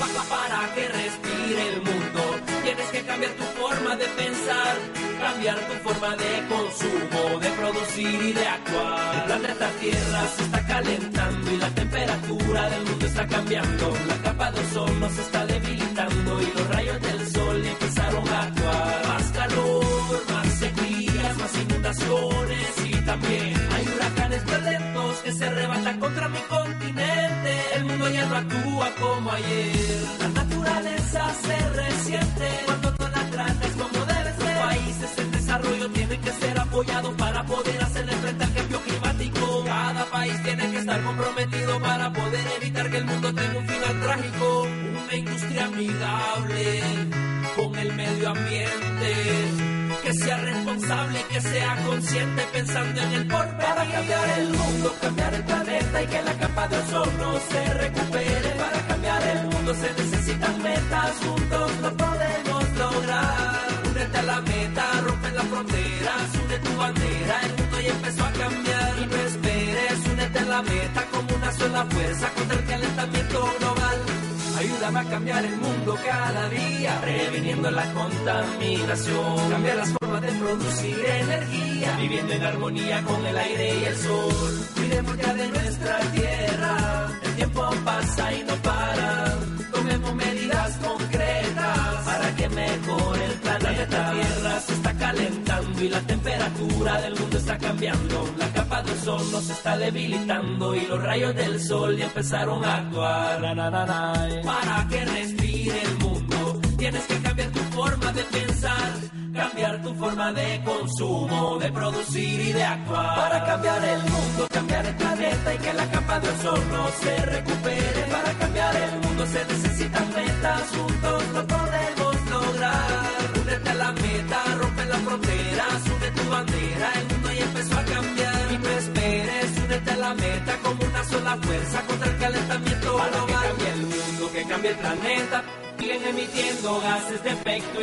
Para que respire el mundo, tienes que cambiar tu forma de pensar, cambiar tu forma de consumo, de producir y de actuar. El planeta Tierra se está calentando y la temperatura del mundo está cambiando. La capa de ozono se está debilitando y los rayos del sol empezaron a actuar. Más calor, más sequías, más inundaciones y también hay huracanes violentos que se arrebatan contra mi continente. El mundo ya no actúa como ayer. La naturaleza se resiente cuando no la tratas como debe ser. Los países en desarrollo tienen que ser apoyados para poder hacerle frente al cambio climático. Cada país tiene que estar comprometido para poder evitar que el mundo tenga un final trágico. Una industria amigable con el medio ambiente, que sea responsable y que sea consciente pensando en el porvenir. Para cambiar el mundo, cambiar el planeta y que la capa de ozono se recupere. Para cambiar el mundo se necesitan metas, juntos lo podemos lograr. Únete a la meta, rompe las fronteras, une tu bandera, el mundo ya empezó a cambiar. Y no esperes, únete a la meta como una sola fuerza contra el calentamiento global. Ayúdame a cambiar el mundo cada día, previniendo la contaminación. Cambiar las formas de producir energía, viviendo en armonía con el aire y el sol. Cuidemos ya de nuestra tierra, el tiempo pasa y no para. Tomemos medidas concretas para que mejore el planeta. La tierra se está calentando y la temperatura del mundo está cambiando. La capa de ozono se está debilitando y los rayos del sol ya empezaron a actuar. Na, na, na, na. Para que respire el mundo, tienes que cambiar tu forma de pensar, cambiar tu forma de consumo, de producir y de actuar. Para cambiar el mundo, cambiar el planeta y que la capa de ozono se recupere. Para cambiar el mundo se necesitan metas, juntos lo podemos lograr. Únete a la meta, rompe las fronteras, une tu bandera, el mundo ya empezó a cambiar. Y no esperes, únete a la meta como una sola fuerza contra el calentamiento global. Para que cambie el mundo, que cambie el planeta. Siguen emitiendo gases de efecto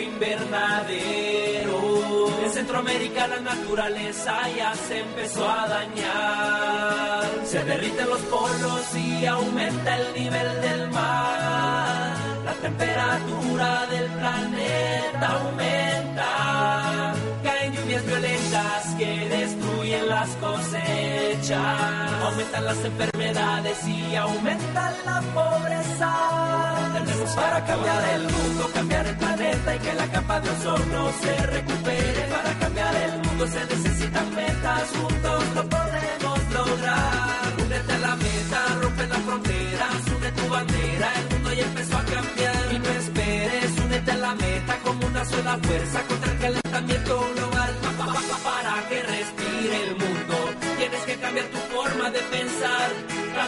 invernadero. En Centroamérica la naturaleza ya se empezó a dañar. Se derriten los polos y aumenta el nivel del mar. La temperatura del planeta aumenta. Caen lluvias violentas que destruyen las cosechas. Aumentan las enfermedades y aumenta la pobreza. Tenemos para cambiar el mundo, cambiar el planeta y que la capa de ozono se recupere. Para cambiar el mundo se necesitan metas, juntos lo podemos lograr. Únete a la meta, rompe las fronteras, une tu bandera, el mundo ya empezó a cambiar. Y no esperes, únete a la meta como una sola fuerza contra el calentamiento global. Para que respire el mundo, tienes que cambiar tu forma de pensar, cambiar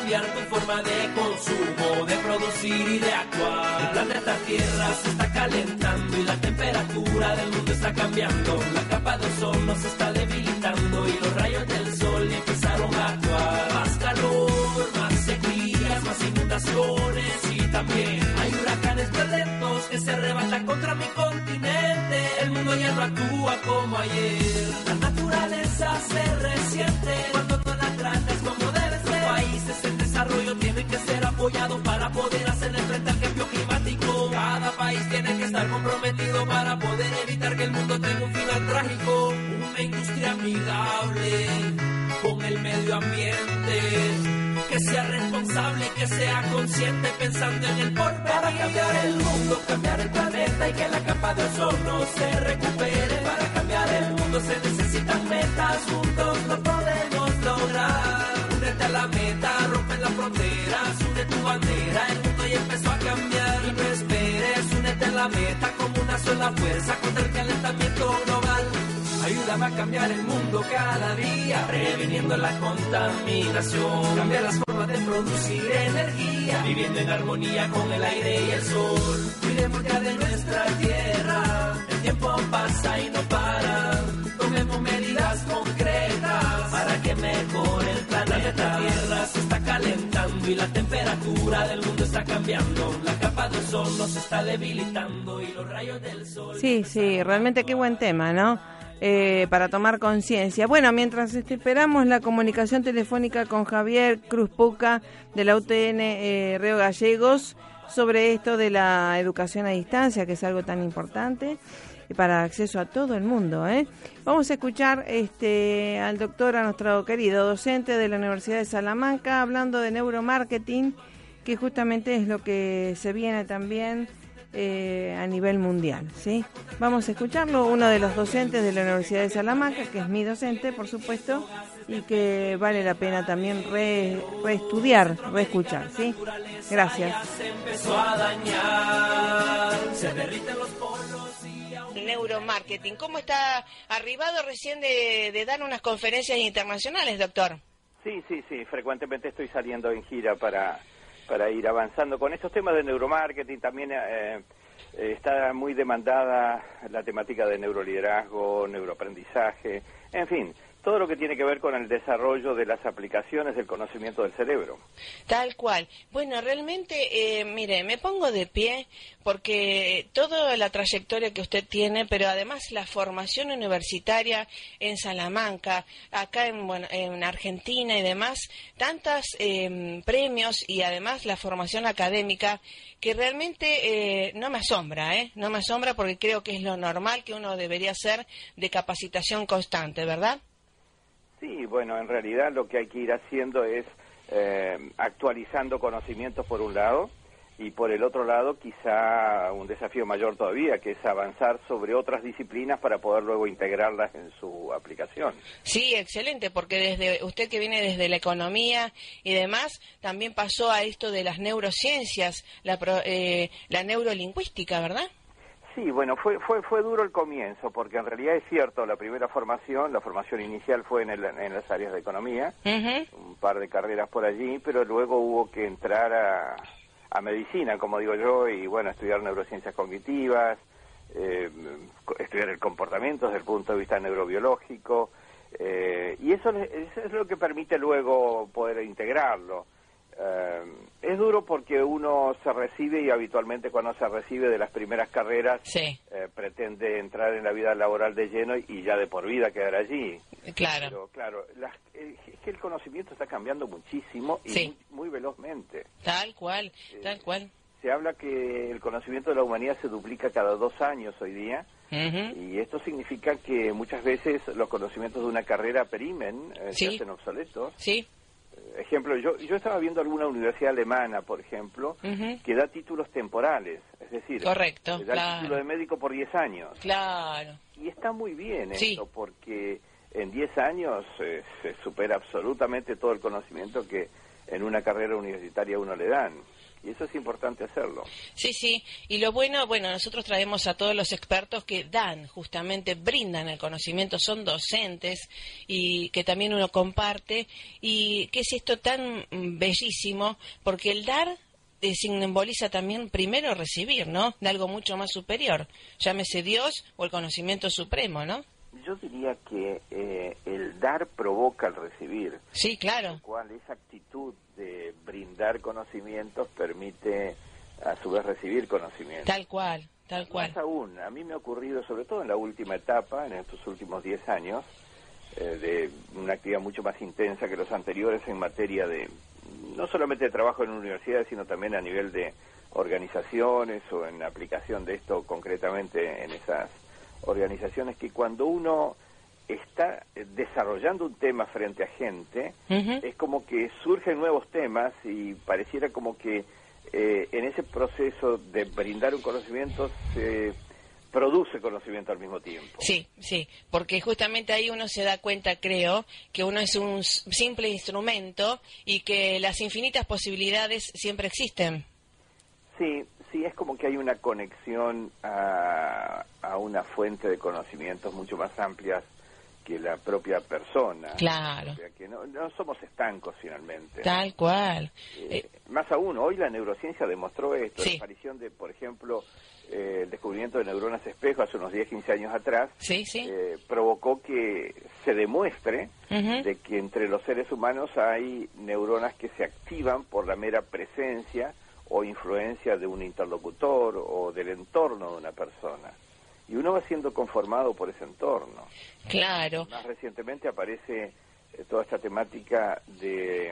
cambiar tu forma de consumo, de producir y de actuar. El planeta Tierra se está calentando y la temperatura del mundo está cambiando. La capa de ozono se está debilitando y los rayos del sol empezaron a actuar. Más calor, más sequías, más inundaciones y también hay huracanes violentos que se arrebatan contra mi continente. El mundo ya no actúa como ayer. La naturaleza se resiente cuando tú la tratas como debe ser. Los países en desarrollo tienen que ser apoyados para poder hacerle frente al cambio climático. Cada país tiene que estar comprometido para poder evitar que el mundo tenga un final trágico. Una industria amigable con el medio ambiente, que sea responsable y que sea consciente pensando en el porvenir. Para cambiar el mundo, cambiar el planeta y que la capa de ozono se recupere. Para cambiar el mundo se necesitan metas, juntos lo podemos lograr. Únete a la meta, rompe las fronteras, une tu bandera, el mundo ya empezó a cambiar. Y no esperes, únete a la meta como una sola fuerza contra el calentamiento global. Ayúdame a cambiar el mundo cada día, previniendo la contaminación. Cambiar las formas de producir energía, viviendo en armonía con el aire y el sol. Cuidemos ya de nuestra tierra, el tiempo pasa y no para. Tomemos medidas concretas para que mejore el planeta. La tierra se está calentando y la temperatura del mundo está cambiando. La capa de ozono se está debilitando y los rayos del sol... Sí, sí, realmente qué buen tema, ¿no? Eh, para tomar conciencia. Bueno, mientras este, esperamos la comunicación telefónica con Javier Cruz Puca de la U T N eh, Río Gallegos sobre esto de la educación a distancia, que es algo tan importante para acceso a todo el mundo, ¿eh? Vamos a escuchar este al doctor, a nuestro querido docente de la Universidad de Salamanca, hablando de neuromarketing, que justamente es lo que se viene también Eh, a nivel mundial, ¿sí? Vamos a escucharlo, uno de los docentes de la Universidad de Salamanca, que es mi docente, por supuesto, y que vale la pena también re, reestudiar, reescuchar, ¿sí? Gracias. Neuromarketing, ¿cómo está arribado recién de, de dar unas conferencias internacionales, doctor? Sí, sí, sí, frecuentemente estoy saliendo en gira para... para ir avanzando con estos temas de neuromarketing. También eh, eh, está muy demandada la temática de neuroliderazgo, neuroaprendizaje, en fin, todo lo que tiene que ver con el desarrollo de las aplicaciones del conocimiento del cerebro. Tal cual. Bueno, realmente, eh, mire, me pongo de pie porque toda la trayectoria que usted tiene, pero además la formación universitaria en Salamanca, acá en, bueno, en Argentina y demás, tantos eh, premios y además la formación académica, que realmente eh, no me asombra, ¿eh? No me asombra porque creo que es lo normal que uno debería hacer de capacitación constante, ¿verdad? Sí, bueno, en realidad lo que hay que ir haciendo es eh, actualizando conocimientos por un lado y por el otro lado quizá un desafío mayor todavía, que es avanzar sobre otras disciplinas para poder luego integrarlas en su aplicación. Sí, excelente, porque desde usted que viene desde la economía y demás, también pasó a esto de las neurociencias, la, eh, la neurolingüística, ¿verdad? Sí, bueno, fue fue fue duro el comienzo, porque en realidad es cierto, la primera formación, la formación inicial fue en, el, en las áreas de economía, uh-huh. un par de carreras por allí, pero luego hubo que entrar a, a medicina, como digo yo, y bueno, estudiar neurociencias cognitivas, eh, estudiar el comportamiento desde el punto de vista neurobiológico, eh, y eso, eso es lo que permite luego poder integrarlo. Uh, es duro porque uno se recibe y habitualmente cuando se recibe de las primeras carreras sí. eh, pretende entrar en la vida laboral de lleno y ya de por vida quedar allí. Claro. Pero claro, las, eh, es que el conocimiento está cambiando muchísimo y sí. muy, muy velozmente. Tal cual, eh, tal cual. Se habla que el conocimiento de la humanidad se duplica cada dos años hoy día. Uh-huh. Y esto significa que muchas veces los conocimientos de una carrera perimen, eh, sí. se hacen obsoletos. Sí. Ejemplo, yo yo estaba viendo alguna universidad alemana, por ejemplo, uh-huh. que da títulos temporales, es decir, correcto, da claro. el título de médico por diez años. Claro. Y está muy bien sí. eso, porque en diez años eh, se supera absolutamente todo el conocimiento que en una carrera universitaria uno le dan. Y eso es importante hacerlo. Sí, sí. Y lo bueno, bueno, nosotros traemos a todos los expertos que dan, justamente brindan el conocimiento, son docentes y que también uno comparte. Y que es esto tan bellísimo, porque el dar eh, simboliza también primero recibir, ¿no? De algo mucho más superior. Llámese Dios o el conocimiento supremo, ¿no? Yo diría que eh, el dar provoca el recibir. Sí, claro. Lo cual esa actitud de brindar conocimientos permite a su vez recibir conocimientos. Tal cual, tal cual. Más aún, a mí me ha ocurrido, sobre todo en la última etapa, en estos últimos diez años, eh, de una actividad mucho más intensa que los anteriores en materia de, no solamente de trabajo en universidades, sino también a nivel de organizaciones o en aplicación de esto concretamente en esas organizaciones, que cuando uno está desarrollando un tema frente a gente, uh-huh. es como que surgen nuevos temas y pareciera como que eh, en ese proceso de brindar un conocimiento se produce conocimiento al mismo tiempo. Sí, sí, porque justamente ahí uno se da cuenta, creo, que uno es un simple instrumento y que las infinitas posibilidades siempre existen. Sí, sí, es como que hay una conexión a, a una fuente de conocimientos mucho más amplias que la propia persona. Claro. O sea, que no, no somos estancos finalmente. Tal cual. Eh, eh, más aún, hoy la neurociencia demostró esto. Sí. La aparición de, por ejemplo, eh, el descubrimiento de neuronas espejo hace unos diez, quince años atrás, sí, sí. Eh, provocó que se demuestre uh-huh. de que entre los seres humanos hay neuronas que se activan por la mera presencia o influencia de un interlocutor o del entorno de una persona. Y uno va siendo conformado por ese entorno. Claro. Más recientemente aparece eh, toda esta temática de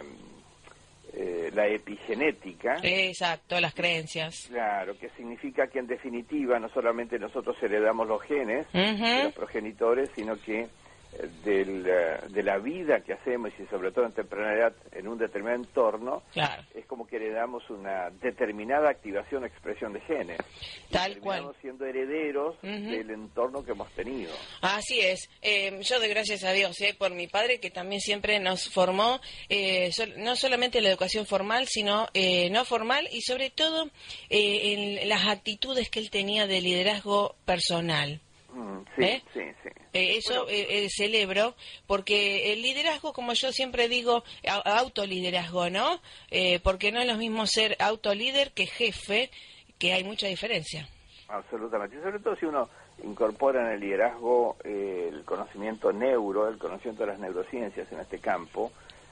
eh, la epigenética. Exacto, las creencias. Claro, que significa que en definitiva no solamente nosotros heredamos los genes uh-huh. de los progenitores, sino que Del, de la vida que hacemos y sobre todo en temprana edad en un determinado entorno, claro. es como que heredamos una determinada activación o expresión de genes. Tal y cual. siendo herederos uh-huh. del entorno que hemos tenido. Así es. Eh, yo doy gracias a Dios eh, por mi padre, que también siempre nos formó, eh, sol, no solamente la educación formal, sino eh, no formal y sobre todo eh, en las actitudes que él tenía de liderazgo personal. Mm, sí, ¿Eh? sí, sí. Eh, eso bueno. eh, eh, celebro, porque el liderazgo, como yo siempre digo, a, autoliderazgo, ¿no? Eh, porque no es lo mismo ser autolíder que jefe, que hay mucha diferencia. Absolutamente, sobre todo si uno incorpora en el liderazgo eh, el conocimiento neuro, el conocimiento de las neurociencias en este campo,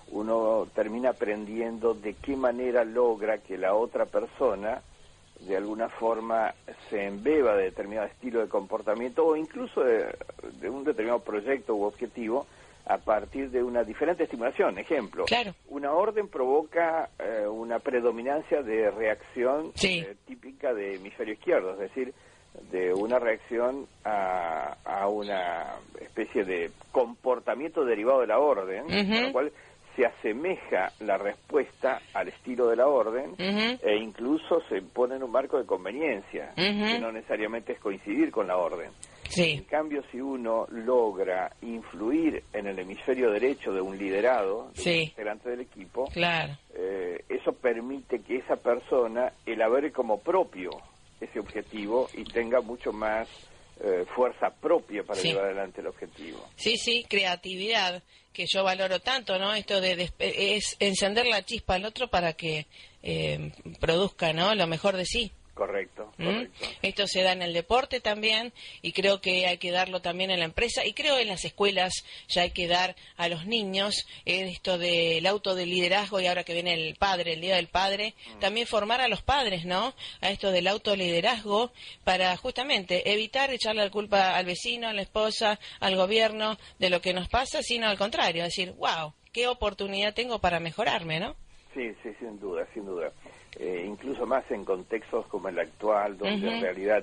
uno termina aprendiendo de qué manera logra que la otra persona de alguna forma se embeba de determinado estilo de comportamiento o incluso de, de un determinado proyecto u objetivo a partir de una diferente estimulación. Ejemplo, claro. una orden provoca eh, una predominancia de reacción sí. eh, típica de hemisferio izquierdo, es decir, de una reacción a, a una especie de comportamiento derivado de la orden, uh-huh. con lo cual se asemeja la respuesta al estilo de la orden uh-huh. e incluso se pone en un marco de conveniencia, uh-huh. que no necesariamente es coincidir con la orden. Sí. En cambio, si uno logra influir en el hemisferio derecho de un liderado, de sí. un integrante del equipo, claro. eh, eso permite que esa persona elabore como propio ese objetivo y tenga mucho más eh, fuerza propia para sí. llevar adelante el objetivo. Sí, sí, creatividad, que yo valoro tanto, ¿no? Esto de, de es encender la chispa al otro para que eh, produzca, ¿no?, lo mejor de sí. Correcto, correcto. ¿Mm? Esto se da en el deporte también y creo que hay que darlo también en la empresa y creo en las escuelas ya hay que dar a los niños eh, esto del auto de liderazgo y ahora que viene el padre, el Día del Padre, mm. también formar a los padres, ¿no?, a esto del autoliderazgo para justamente evitar echarle la culpa al vecino, a la esposa, al gobierno de lo que nos pasa, sino al contrario, decir, wow, qué oportunidad tengo para mejorarme, ¿no? Sí, sí, sin duda, sin duda. Eh, incluso más en contextos como el actual, donde uh-huh. en realidad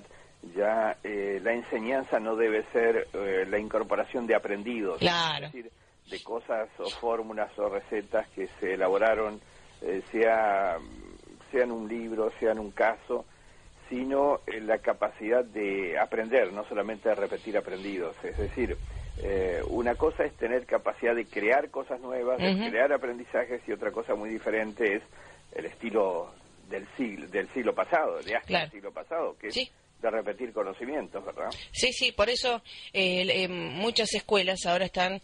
ya eh, la enseñanza no debe ser eh, la incorporación de aprendidos, claro. es decir, de cosas o fórmulas o recetas que se elaboraron, eh, sea, sea en un libro, sea en un caso, sino eh, la capacidad de aprender, no solamente de repetir aprendidos. Es decir, eh, una cosa es tener capacidad de crear cosas nuevas, uh-huh. de crear aprendizajes, y otra cosa muy diferente es el estilo del siglo del siglo pasado, de hasta claro. el siglo pasado, que sí. de repetir conocimientos, ¿verdad? Sí, sí, por eso eh, eh, muchas escuelas ahora están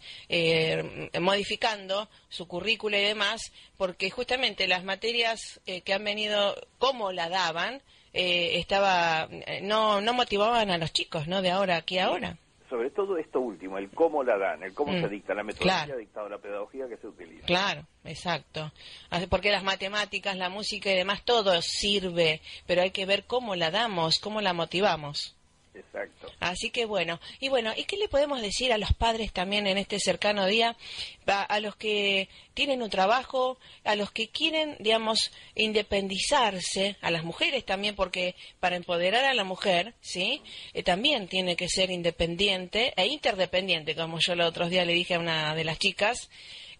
eh, modificando su currícula y demás, porque justamente las materias eh, que han venido, como la daban, eh, estaba no no motivaban a los chicos, ¿no? De ahora, aquí ahora. Sobre todo esto último, el cómo la dan, el cómo mm. se dicta, la metodología claro. dictada, la pedagogía que se utiliza. Claro, exacto. Porque las matemáticas, la música y demás, todo sirve, pero hay que ver cómo la damos, cómo la motivamos. Exacto. Así que bueno, y bueno, ¿y qué le podemos decir a los padres también en este cercano día, a, a los que tienen un trabajo, a los que quieren, digamos, independizarse, a las mujeres también, porque para empoderar a la mujer, ¿sí? Eh, también tiene que ser independiente e interdependiente, como yo los otros días le dije a una de las chicas.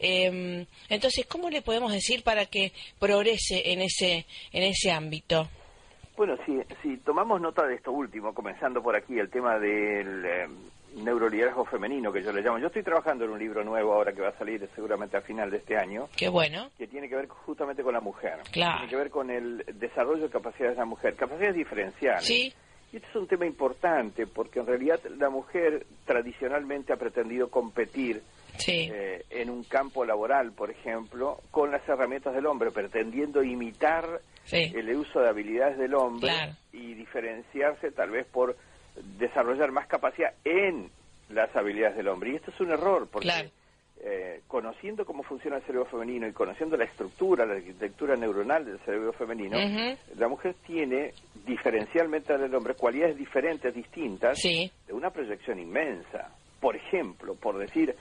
Eh, entonces, ¿cómo le podemos decir para que progrese en ese, en ese ámbito? Bueno, si, si tomamos nota de esto último, comenzando por aquí, el tema del eh, neuroliderazgo femenino, que yo le llamo. Yo estoy trabajando en un libro nuevo ahora que va a salir seguramente a final de este año. Qué bueno. Que tiene que ver justamente con la mujer. Claro. Tiene que ver con el desarrollo de capacidades de la mujer, capacidades diferenciales. Sí. Y este es un tema importante, porque en realidad la mujer tradicionalmente ha pretendido competir sí. eh, en un campo laboral, por ejemplo, con las herramientas del hombre, pretendiendo imitar sí. el uso de habilidades del hombre claro. y diferenciarse tal vez por desarrollar más capacidad en las habilidades del hombre. Y esto es un error, porque claro. eh, conociendo cómo funciona el cerebro femenino y conociendo la estructura, la arquitectura neuronal del cerebro femenino, uh-huh. la mujer tiene, diferencialmente del hombre, cualidades diferentes, distintas, sí. de una proyección inmensa. Por ejemplo, por decir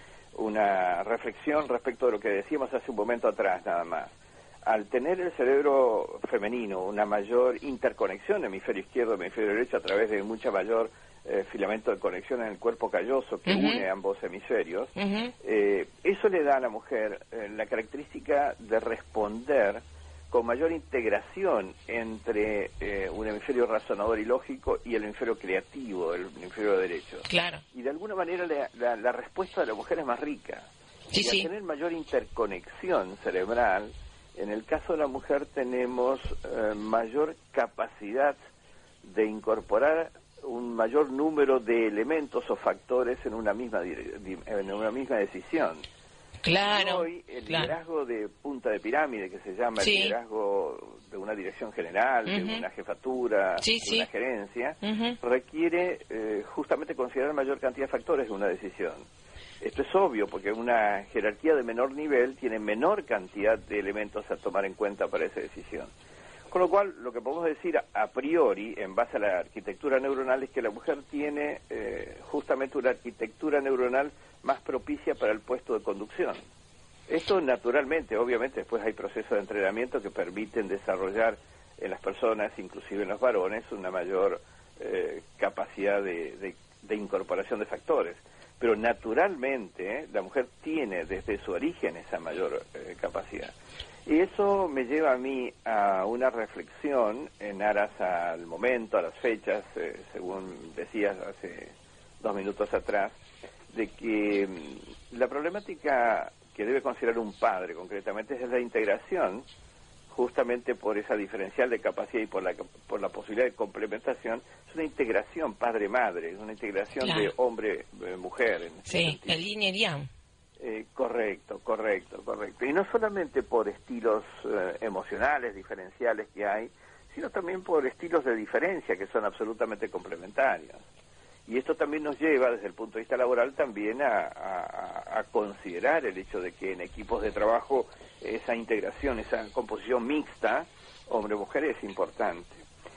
una reflexión respecto de lo que decíamos hace un momento atrás nada más. Al tener el cerebro femenino una mayor interconexión, hemisferio izquierdo, hemisferio derecho, a través de mucha mayor eh, filamento de conexión en el cuerpo calloso que uh-huh. une ambos hemisferios, uh-huh. eh, eso le da a la mujer eh, la característica de responder con mayor integración entre eh, un hemisferio razonador y lógico y el hemisferio creativo, el hemisferio derecho. Claro. Y de alguna manera la, la, la respuesta de la mujer es más rica. Sí, y al sí. tener mayor interconexión cerebral, en el caso de la mujer tenemos eh, mayor capacidad de incorporar un mayor número de elementos o factores en una misma en una misma decisión. Claro. Hoy el claro. liderazgo de punta de pirámide, que se llama sí. el liderazgo de una dirección general, uh-huh. de una jefatura, sí, de sí. una gerencia, uh-huh. requiere eh, justamente considerar mayor cantidad de factores de una decisión. Esto es obvio, porque una jerarquía de menor nivel tiene menor cantidad de elementos a tomar en cuenta para esa decisión. Con lo cual, lo que podemos decir a priori, en base a la arquitectura neuronal, es que la mujer tiene eh, justamente una arquitectura neuronal más propicia para el puesto de conducción. Esto naturalmente, obviamente, después hay procesos de entrenamiento que permiten desarrollar en las personas, inclusive en los varones, una mayor eh, capacidad de, de, de incorporación de factores. Pero naturalmente eh, la mujer tiene desde su origen esa mayor eh, capacidad. Y eso me lleva a mí a una reflexión en aras al momento, a las fechas, eh, según decías hace dos minutos atrás, de que mm, la problemática que debe considerar un padre concretamente es la integración, justamente por esa diferencial de capacidad y por la por la posibilidad de complementación. Es una integración padre-madre, es una integración claro. de hombre-mujer. Sí, el yin y yang. Eh, correcto, correcto, correcto. Y no solamente por estilos eh, emocionales, diferenciales que hay, sino también por estilos de diferencia que son absolutamente complementarios. Y esto también nos lleva, desde el punto de vista laboral, también a, a, a considerar el hecho de que en equipos de trabajo esa integración, esa composición mixta, hombre-mujer, es importante.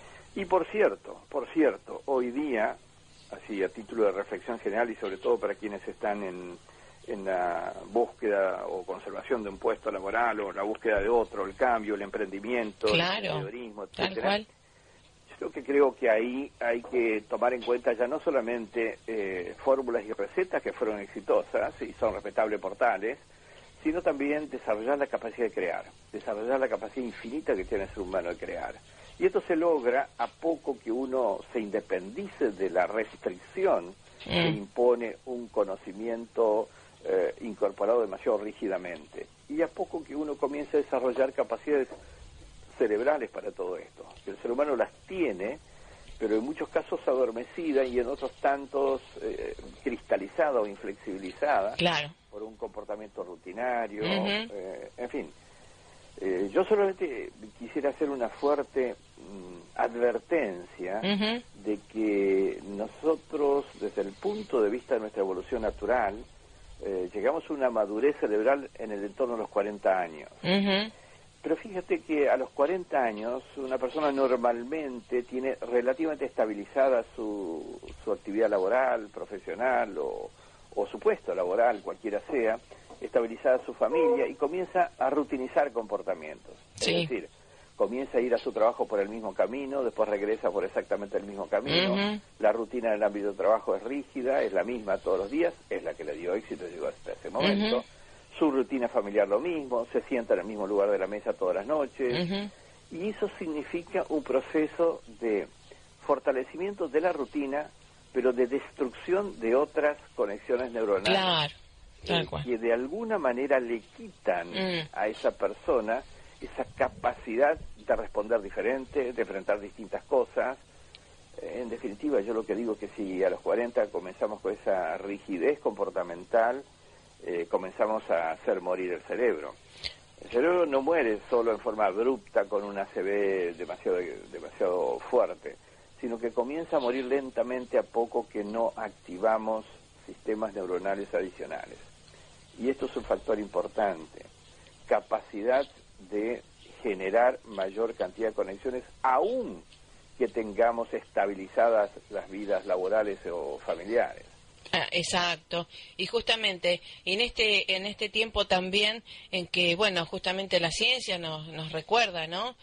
Y por cierto, por cierto, hoy día, así a título de reflexión general y sobre todo para quienes están en, en la búsqueda o conservación de un puesto laboral o la búsqueda de otro, el cambio, el emprendimiento, claro, el emprendedorismo, etcétera. Tal cual. Yo que creo que ahí hay que tomar en cuenta ya no solamente eh, fórmulas y recetas que fueron exitosas y son respetables portales, sino también desarrollar la capacidad de crear, desarrollar la capacidad infinita que tiene el ser humano de crear. Y esto se logra a poco que uno se independice de la restricción mm. que impone un conocimiento eh, incorporado demasiado rígidamente. Y a poco que uno comience a desarrollar capacidades cerebrales para todo esto. El ser humano las tiene, pero en muchos casos adormecida y en otros tantos eh, cristalizada o inflexibilizada, claro, por un comportamiento rutinario, uh-huh. eh, en fin. Eh, yo solamente quisiera hacer una fuerte mm, advertencia uh-huh. de que nosotros, desde el punto de vista de nuestra evolución natural, eh, llegamos a una madurez cerebral en el entorno de los cuarenta años. Uh-huh. Pero fíjate que a los cuarenta años una persona normalmente tiene relativamente estabilizada su, su actividad laboral, profesional o, o su puesto laboral, cualquiera sea, estabilizada su familia y comienza a rutinizar comportamientos. Sí. Es decir, comienza a ir a su trabajo por el mismo camino, después regresa por exactamente el mismo camino. Uh-huh. La rutina en el ámbito de trabajo es rígida, es la misma todos los días, es la que le dio éxito, llegó hasta ese momento. Uh-huh. Su rutina familiar lo mismo, se sienta en el mismo lugar de la mesa todas las noches. Uh-huh. Y eso significa un proceso de fortalecimiento de la rutina, pero de destrucción de otras conexiones neuronales. Claro. Eh, que de alguna manera le quitan mm. a esa persona esa capacidad de responder diferente, de enfrentar distintas cosas. Eh, en definitiva, yo lo que digo es que si a los cuarenta comenzamos con esa rigidez comportamental, eh, comenzamos a hacer morir el cerebro. El cerebro no muere solo en forma abrupta con una A C V demasiado, demasiado fuerte, sino que comienza a morir lentamente a poco que no activamos sistemas neuronales adicionales. Y esto es un factor importante, capacidad de generar mayor cantidad de conexiones, aún que tengamos estabilizadas las vidas laborales o familiares. Ah, exacto, y justamente en este en este tiempo también en que, bueno, justamente la ciencia nos nos recuerda, ¿no?,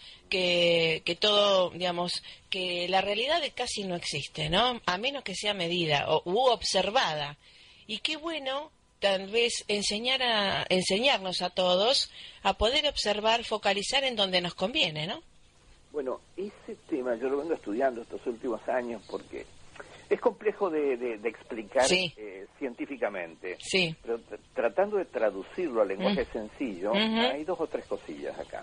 que que todo, digamos, que la realidad casi no existe, ¿no?, a menos que sea medida o u observada. Y qué bueno tal vez enseñar a enseñarnos a todos a poder observar, focalizar en donde nos conviene, ¿no? Bueno, ese tema yo lo vengo estudiando estos últimos años porque es complejo de, de, de explicar sí. eh, científicamente, sí. pero t- tratando de traducirlo al lenguaje mm. sencillo, uh-huh. hay dos o tres cosillas acá.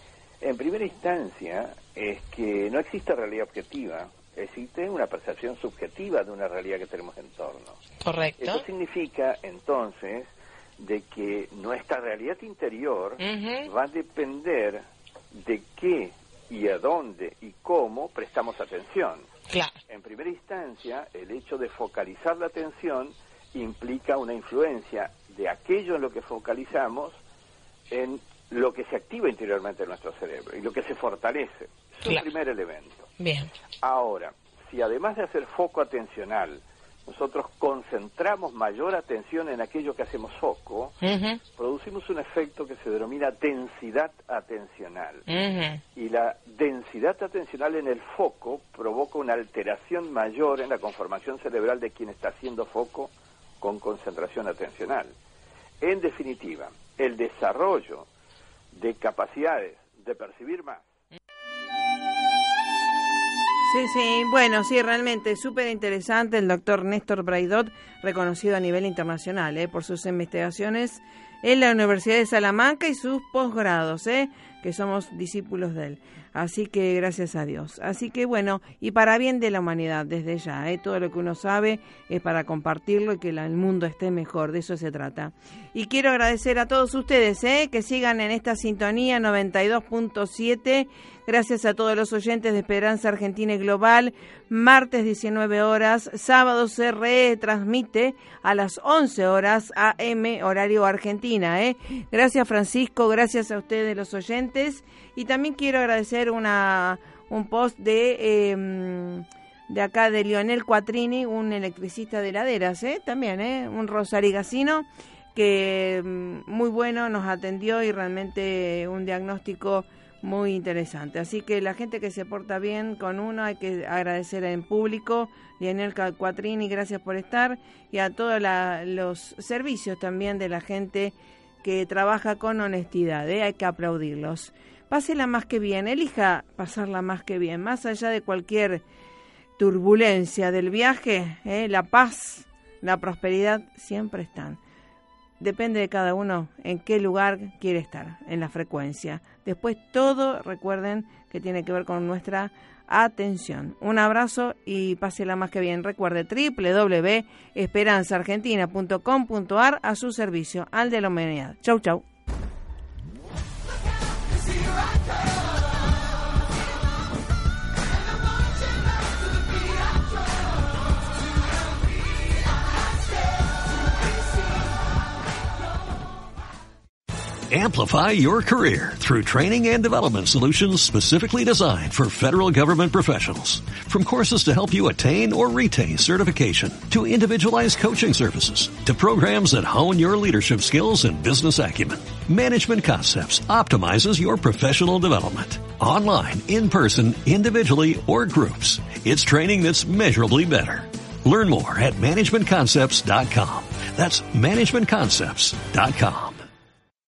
En primera instancia, es que no existe realidad objetiva, existe una percepción subjetiva de una realidad que tenemos en torno. Correcto. Eso significa, entonces, de que nuestra realidad interior uh-huh. va a depender de qué y a dónde y cómo prestamos atención. Claro. En primera instancia, el hecho de focalizar la atención implica una influencia de aquello en lo que focalizamos en lo que se activa interiormente en nuestro cerebro y lo que se fortalece. Es claro. un primer elemento. Bien. Ahora, si además de hacer foco atencional, nosotros concentramos mayor atención en aquello que hacemos foco, uh-huh. producimos un efecto que se denomina densidad atencional. Uh-huh. Y la densidad atencional en el foco provoca una alteración mayor en la conformación cerebral de quien está haciendo foco con concentración atencional. En definitiva, el desarrollo de capacidades de percibir más. Sí, sí, bueno, sí, realmente súper interesante el doctor Néstor Braidot, reconocido a nivel internacional eh, por sus investigaciones en la Universidad de Salamanca y sus posgrados, eh, que somos discípulos de él. Así que gracias a Dios. Así que bueno, y para bien de la humanidad desde ya, eh, todo lo que uno sabe es para compartirlo y que la, el mundo esté mejor, de eso se trata. Y quiero agradecer a todos ustedes eh, que sigan en esta sintonía noventa y dos punto siete. Gracias a todos los oyentes de Esperanza Argentina y Global. Martes diecinueve horas, sábado se retransmite a las once horas A M horario Argentina. ¿eh? Gracias Francisco, gracias a ustedes los oyentes. Y también quiero agradecer una un post de eh, de acá de Lionel Quattrini, un electricista de heladeras, ¿eh? también, ¿eh? un rosarigacino que muy bueno nos atendió y realmente un diagnóstico muy interesante. Así que la gente que se porta bien con uno hay que agradecer en público. Lionel Quattrini, gracias por estar, y a todos la, los servicios también de la gente que trabaja con honestidad, ¿eh? Hay que aplaudirlos. Pásela más que bien, elija pasarla más que bien, más allá de cualquier turbulencia del viaje, ¿eh? La paz, la prosperidad siempre están. depende de cada uno en qué lugar quiere estar, en la frecuencia. Después todo, recuerden que tiene que ver con nuestra atención. Un abrazo y pásela más que bien. Recuerde doble u doble u doble u punto esperanza argentina punto com punto a r a su servicio, al de la humanidad. Chau, chau. Amplify your career through training and development solutions specifically designed for federal government professionals. From courses to help you attain or retain certification, to individualized coaching services, to programs that hone your leadership skills and business acumen, Management Concepts optimizes your professional development. Online, in person, individually, or groups, it's training that's measurably better. Learn more at management concepts dot com. That's management concepts dot com.